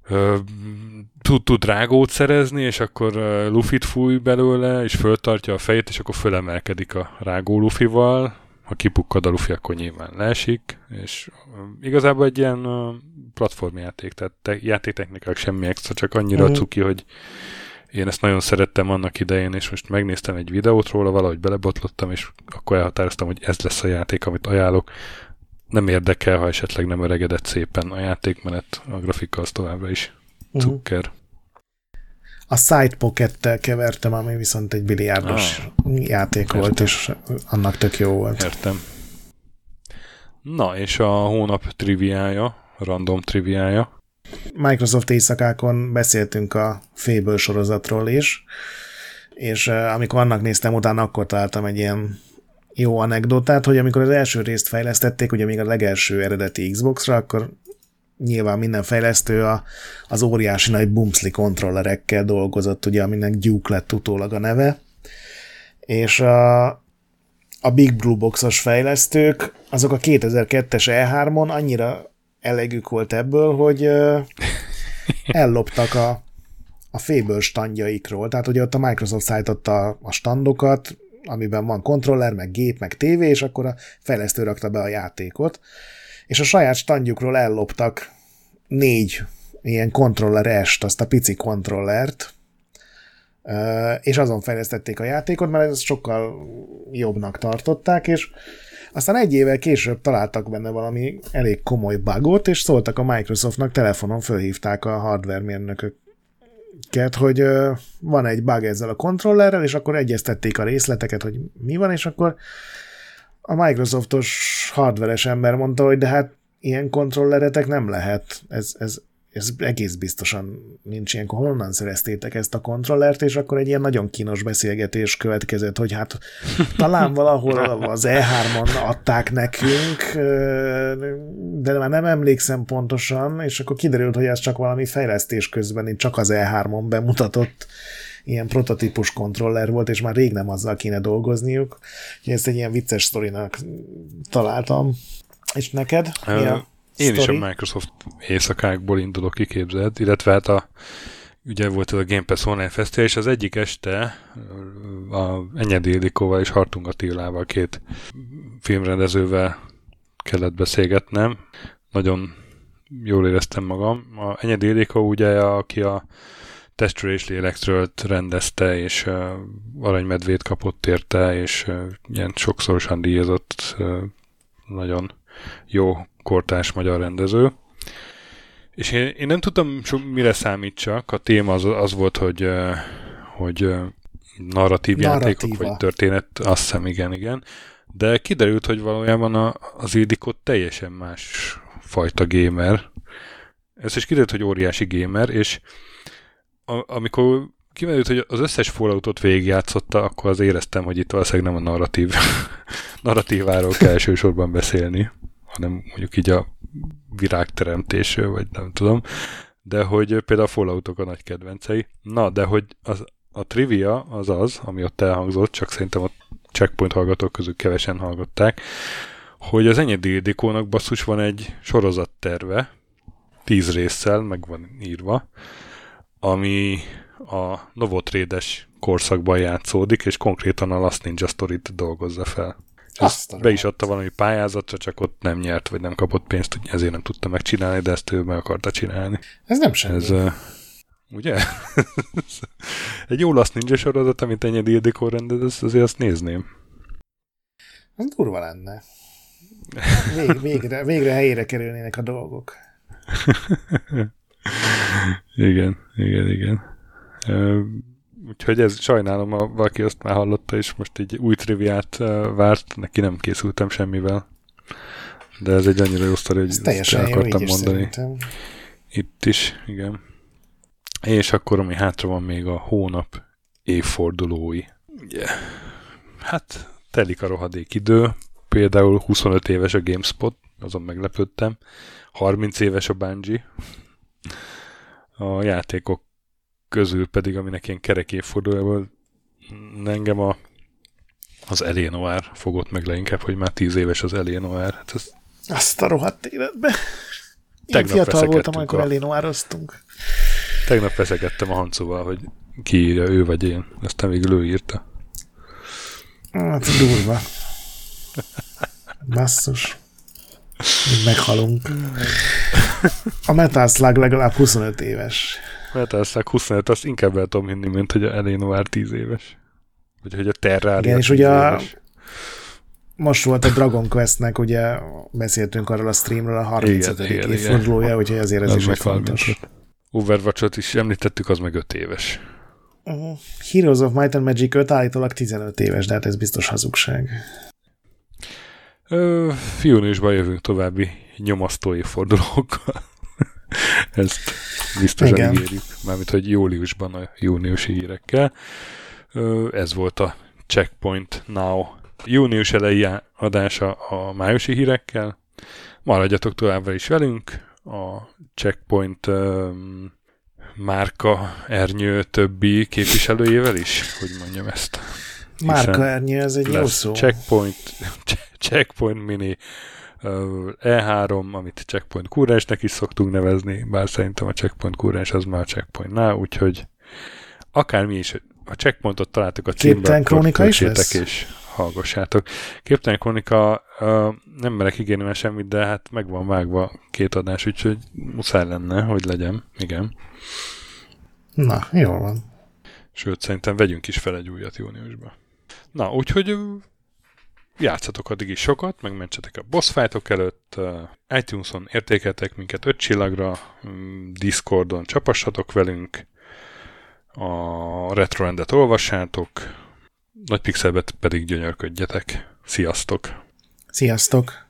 Tud, tud rágót szerezni, és akkor lufit fúj belőle, és föltartja a fejét, és akkor fölemelkedik a rágó lufival. Ha kipukkad a lufi, akkor nyilván leesik, és igazából egy ilyen platformjáték, tehát te, játéktechnikák semmi extra, csak annyira uh-huh. cuki, hogy én ezt nagyon szerettem annak idején, és most megnéztem egy videót róla, valahogy belebotlottam, és akkor elhatároztam, hogy ez lesz a játék, amit ajánlok. Nem érdekel, ha esetleg nem öregedett szépen a játékmenet, a grafika az továbbra is cukker. Uh-huh. A Side Pocket-tel kevertem, ami viszont egy biliárdos ah, játék értem. volt, és annak tök jó volt. Értem. Na, és a hónap triviája, random triviája. Microsoft éjszakákon beszéltünk a Fable sorozatról is, és amikor annak néztem utána, akkor találtam egy ilyen jó anekdotát, hogy amikor az első részt fejlesztették, ugye még a legelső eredeti Xboxra, akkor nyilván minden fejlesztő a, az óriási nagy Bumsli kontrollerekkel dolgozott, ugye aminek Duke lett utólag a neve, és a, a Big Blue Boxos fejlesztők, azok a kétezer-kettes E hármon annyira elegük volt ebből, hogy elloptak a, a Fable standjaikról, tehát ugye ott a Microsoft szállította a standokat, amiben van kontroller, meg gép, meg tévé, és akkor a fejlesztő rakta be a játékot, és a saját standjukról elloptak négy ilyen kontrollerest, azt a pici kontrollert, és azon fejlesztették a játékot, mert ezt sokkal jobbnak tartották, és aztán egy évvel később találtak benne valami elég komoly bugot, és szóltak a Microsoftnak, telefonon fölhívták a hardware mérnököket, hogy van egy bug ezzel a kontrollerrel, és akkor egyeztették a részleteket, hogy mi van, és akkor a Microsoftos hardveres ember mondta, hogy de hát ilyen kontrolleretek nem lehet, ez, ez ez egész biztosan nincs ilyen, honnan szereztétek ezt a kontrollert, és akkor egy ilyen nagyon kínos beszélgetés következett, hogy hát talán valahol az E hármon adták nekünk, de már nem emlékszem pontosan, és akkor kiderült, hogy ez csak valami fejlesztés közben, csak az E hármon bemutatott ilyen prototípus kontroller volt, és már rég nem azzal kéne dolgozniuk. Úgyhogy ezt egy ilyen vicces sztorinak találtam. És neked? Mi a Én story? Is a Microsoft éjszakákból indulok, kiképzelt, illetve hát a, ugye volt ez a Game Pass Online Festival, és az egyik este a Enyedi Ildikóval és Hartung Attilával, két filmrendezővel kellett beszélgetnem. Nagyon jól éreztem magam. A Enyedi Ildikó ugye, aki a Testről és Lélekről rendezte, és uh, aranymedvét kapott érte, és uh, ilyen sokszorosan díjazott, uh, nagyon jó kortárs magyar rendező. És én, én nem tudtam, mire számítsak. A téma az, az volt, hogy, uh, hogy uh, narratív Narratíva. játékok, vagy történet, azt hiszem, igen, igen. De kiderült, hogy valójában a, az Ildikó teljesen más fajta gamer. Ez is kiderült, hogy óriási gamer, és A, amikor kimerült, hogy az összes Falloutot végigjátszotta, akkor az éreztem, hogy itt valószínűleg nem a narratív, narratíváról kell elsősorban beszélni, hanem mondjuk így a virágteremtésről, vagy nem tudom, de hogy például a Falloutok a nagy kedvencei. Na, de hogy az, a trivia az az, ami ott elhangzott, csak szerintem a Checkpoint hallgatók közül kevesen hallgatták, hogy az Enyedi Ildikónak basszus van egy sorozatterve, tíz résszel, meg van írva, ami a Novotrade-es korszakban játszódik, és konkrétan a Last Ninja Story-t dolgozza fel. Ezt be is adta valami pályázatra, csak ott nem nyert, vagy nem kapott pénzt, ezért nem tudta megcsinálni, de ezt ő meg akarta csinálni. Ez nem semmi. Ez, uh, ugye? Egy jó Last Ninja sorozat, amit Enyedi Ildikó rendez, azért azt nézném. Ez durva lenne. Vég, végre, végre helyére kerülnének a dolgok. Igen, igen, igen. Uh, úgyhogy ez, sajnálom, ha valaki azt már hallotta, és most egy új triviát uh, várt, neki nem készültem semmivel. De ez egy annyira jó sztori, hogy ezt el akartam mondani. Szerintem. Itt is, igen. És akkor, ami hátra van még a hónap évfordulói. Ugye, hát telik a rohadék idő. Például huszonöt éves a GameSpot, azon meglepődtem. harminc éves a Bungie. A játékok közül pedig, aminek ilyen kerek évfordulója, engem a, az Alienware fogott meg leginkább, hogy már tíz éves az Alienware. Hát ez azt a rohadt életbe. Én fiatal voltam, amikor a... Alienware-oztunk. Tegnap veszekedtem a Hancóval, hogy ki írja, ő vagy én. Aztán végül ő írta. Hát durva. Basszus. Meghalunk. A Metal Slug legalább huszonöt éves. Metal Slug huszonöt, azt inkább el tudom hinni, mint hogy a Alienware tíz éves. Vagy hogy a Terraria. Igen, és ugye a... most volt a Dragon Questnek, ugye beszéltünk arról a streamről, a harmincedik évfordulója, úgyhogy azért ez az is egy fontos. Overwatch-ot is említettük, az meg öt éves. Uh-huh. Heroes of Might and Magic öt állítólag tizenöt éves, de hát ez biztos hazugság. Júniusban jövünk további nyomasztó évfordulókkal. Ezt biztosan Igen. ígérjük. Mármint, hogy júliusban a júniusi hírekkel. Ö, ez volt a Checkpoint Now június elejé adása a májusi hírekkel. Maradjatok továbbra is velünk. A Checkpoint um, márka ernyő többi képviselőjével is, hogy mondjam ezt. Márka ernyő, ez egy jó szó. Checkpoint, Checkpoint Mini E három, amit Checkpoint Kúrensnek is szoktunk nevezni, bár szerintem a Checkpoint Kúrens az már Checkpointnál, úgyhogy akármi is, a Checkpointot találtuk a címben, Képtelen Krónika is lesz? És hallgassátok. Képtelen Kronika, uh, nem merek ígérni már semmit, de hát meg van vágva két adás, úgyhogy muszáj lenne, hogy legyen. Igen. Na, jól van. Sőt, szerintem vegyünk is fel egy újat júniusban. Na, úgyhogy játszatok addig is sokat, megmentsetek a boss fightok előtt, uh, iTunes-on értékeltek minket öt csillagra, um, Discordon csapassatok velünk, a Retrorendet olvassátok, Nagy Pixelbet pedig gyönyörködjetek. Sziasztok! Sziasztok!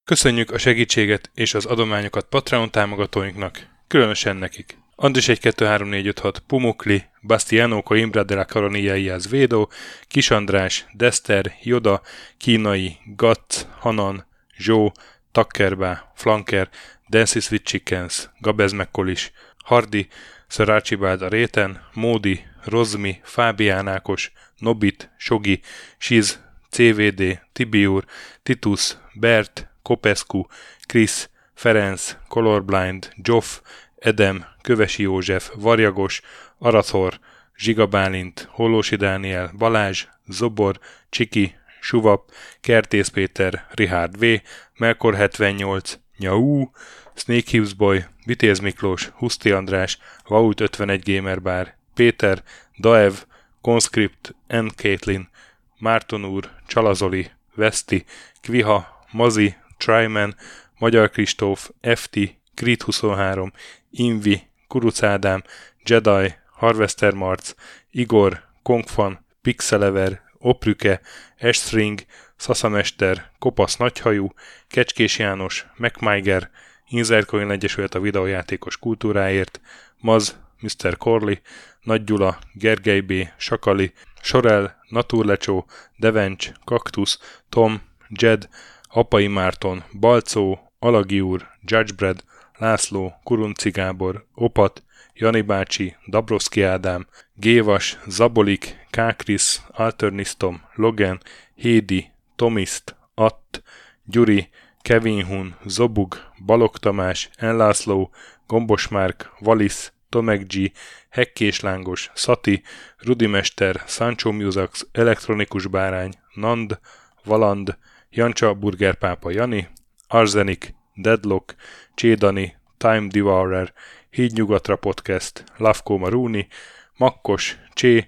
Köszönjük a segítséget és az adományokat Patreon támogatóinknak, különösen nekik. Andris egy kettő három négy öt hat, Pumukli, Bastiano Coimbra de la Coronilla Iaz Védó, Kis András, Dester, Joda, Kínai, Gatt, Hanan, Zsó, Takkerbá, Flanker, Dancy Sweet Chickens, Gabez Mekkolis, Hardi, Sir Archibald a Réten, Módi, Rozmi, Fábián Ákos, Nobit, Sogi, Siz, cé vé dé, Tibiur, Titus, Bert, Kopescu, Krisz, Ferenc, Colorblind, Joff, Edem, Kövesi József, Varjagos, Arathor, Zsiga Bálint, Hollósi Dániel, Balázs, Zobor, Csiki, Suvap, Kertész Péter, Richard V, Melkor hetvennyolc, Nyau, Snake Hughes Boy, Vitéz Miklós, Huszti András, Vault ötvenegy Gamerbar, Péter, Daev, Conscript, N. Caitlin, Márton úr, Csalazoli, Veszti, Kviha, Mazi, Tryman, Magyar Kristóf, ef té, Creed huszonhárom, Invi, Kuruc Ádám, Jedi, Harvester Marc, Igor, Kongfan, Pixelever, Oprüke, Estring, Szaszamester, Kopasz Nagyhajú, Kecskés János, MacMiger, Inzertcoin Egyesület a videójátékos kultúráért, Maz, miszter Corley, Nagy Gyula, Gergely B., Sakali, Sorel, Naturlecsó, Devencs, Kaktusz, Tom, Jed, Apai Márton, Balcó, Alagi úr, Judgebred, László, Kurunci Gábor, Opat, Jani bácsi, Dabrowski Ádám, Gévas, Zabolik, Kákris, Alternisztom, Logan, Hédi, Tomiszt, Att, Gyuri, Kevin Hun, Zobug, Balog Tamás, Enlászló, Gombos Márk, Valisz, Tomek G, Hekkés Lángos, Szati, Rudimester, Sancho Musax, Elektronikus Bárány, Nand, Valand, Jancsa Burgerpápa Jani, Arzenik, Deadlock, Csédani, Time Devourer, Hídnyugatra Podcast, Lavko Maruni, Makkos, Csé,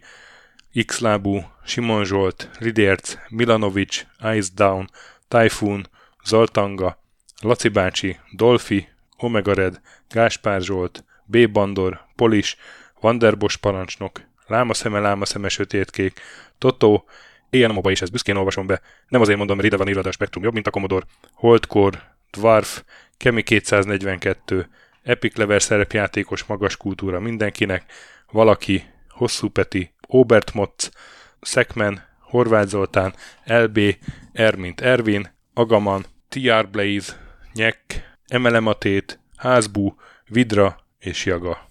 Xlábú, Simon Zsolt, Lidérc, Milanovic, Ice Down, Typhoon, Zoltanga, Laci bácsi, Dolfi, Omega Red, Gáspár Zsolt, B. Bandor, Polis, Vanderbos parancsnok, Lámaszeme, Lámaszeme, Sötétkék, Totó, éjjel-namoba is ezt büszkén olvasom be, nem azért mondom, mert ide van írva, a Spektrum jobb, mint a Commodore, Holdcore, Dwarf, Kemi kétszáznegyvenkettő, Epic Level szerepjátékos magas kultúra mindenkinek, Valaki, Hosszú Peti, Obert Motz, Szekmen, Horváth Zoltán, el bé, R mint Ervin, Agaman, té er Blaze, Nyek, Emelematét, Házbú, Vidra és Jaga.